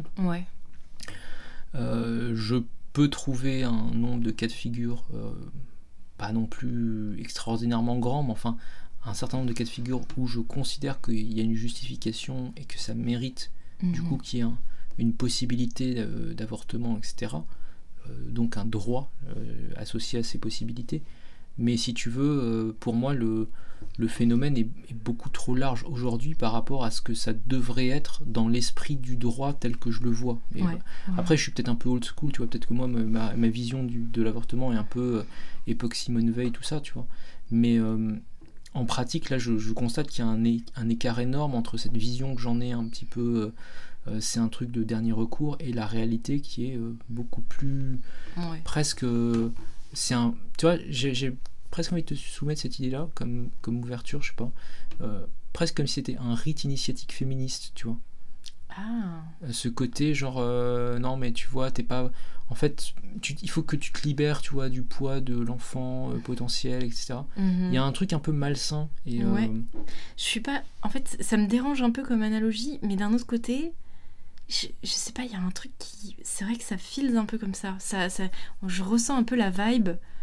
Je peux trouver un nombre de cas de figure pas non plus extraordinairement grand, mais enfin un certain nombre de cas de figure où je considère qu'il y a une justification et que ça mérite du coup qu'il y ait une possibilité d'avortement, etc. Donc un droit associé à ces possibilités. Mais si tu veux, pour moi, le phénomène est beaucoup trop large aujourd'hui par rapport à ce que ça devrait être dans l'esprit du droit tel que je le vois. Et après, je suis peut-être un peu old school, tu vois, peut-être que moi, ma vision de l'avortement est un peu époque Simone Veil, tout ça, tu vois. Mais en pratique, là, je constate qu'il y a un écart énorme entre cette vision que j'en ai un petit peu... c'est un truc de dernier recours, et la réalité qui est beaucoup plus... presque... tu vois, j'ai presque envie de te soumettre cette idée-là comme ouverture, je sais pas, presque comme si c'était un rite initiatique féministe, tu vois. Ce côté genre non mais tu vois, t'es pas, en fait il faut que tu te libères, tu vois, du poids de l'enfant potentiel, etc. Il y a un truc un peu malsain et je suis pas, en fait ça me dérange un peu comme analogie, mais d'un autre côté je sais pas, il y a un truc qui, c'est vrai que ça file un peu comme ça, je ressens un peu la vibe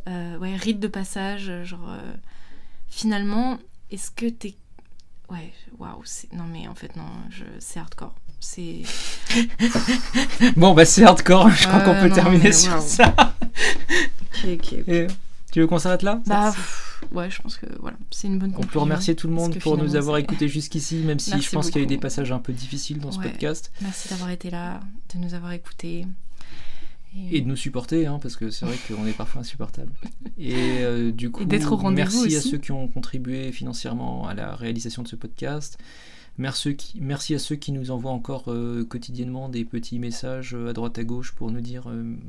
rite de passage, genre finalement, est-ce que t'es... Ouais, waouh, non mais en fait non, c'est hardcore. C'est... Bon bah c'est hardcore, je crois qu'on peut terminer sur ça. Ok. Et, tu veux qu'on s'arrête là? Ouais, je pense que voilà, c'est une bonne conclusion. On peut remercier tout le monde pour nous avoir écoutés jusqu'ici, même si je pense qu'il y a eu des passages un peu difficiles dans ce podcast. Merci d'avoir été là, de nous avoir écoutés. Et de nous supporter, hein, parce que c'est vrai qu'on est parfois insupportable. Et du coup, merci aussi. À ceux qui ont contribué financièrement à la réalisation de ce podcast. Merci à ceux qui nous envoient encore quotidiennement des petits messages à droite à gauche pour nous dire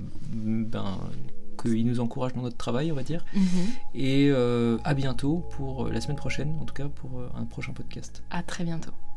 qu'ils nous encouragent dans notre travail, on va dire. Et à bientôt pour la semaine prochaine, en tout cas pour un prochain podcast. À très bientôt.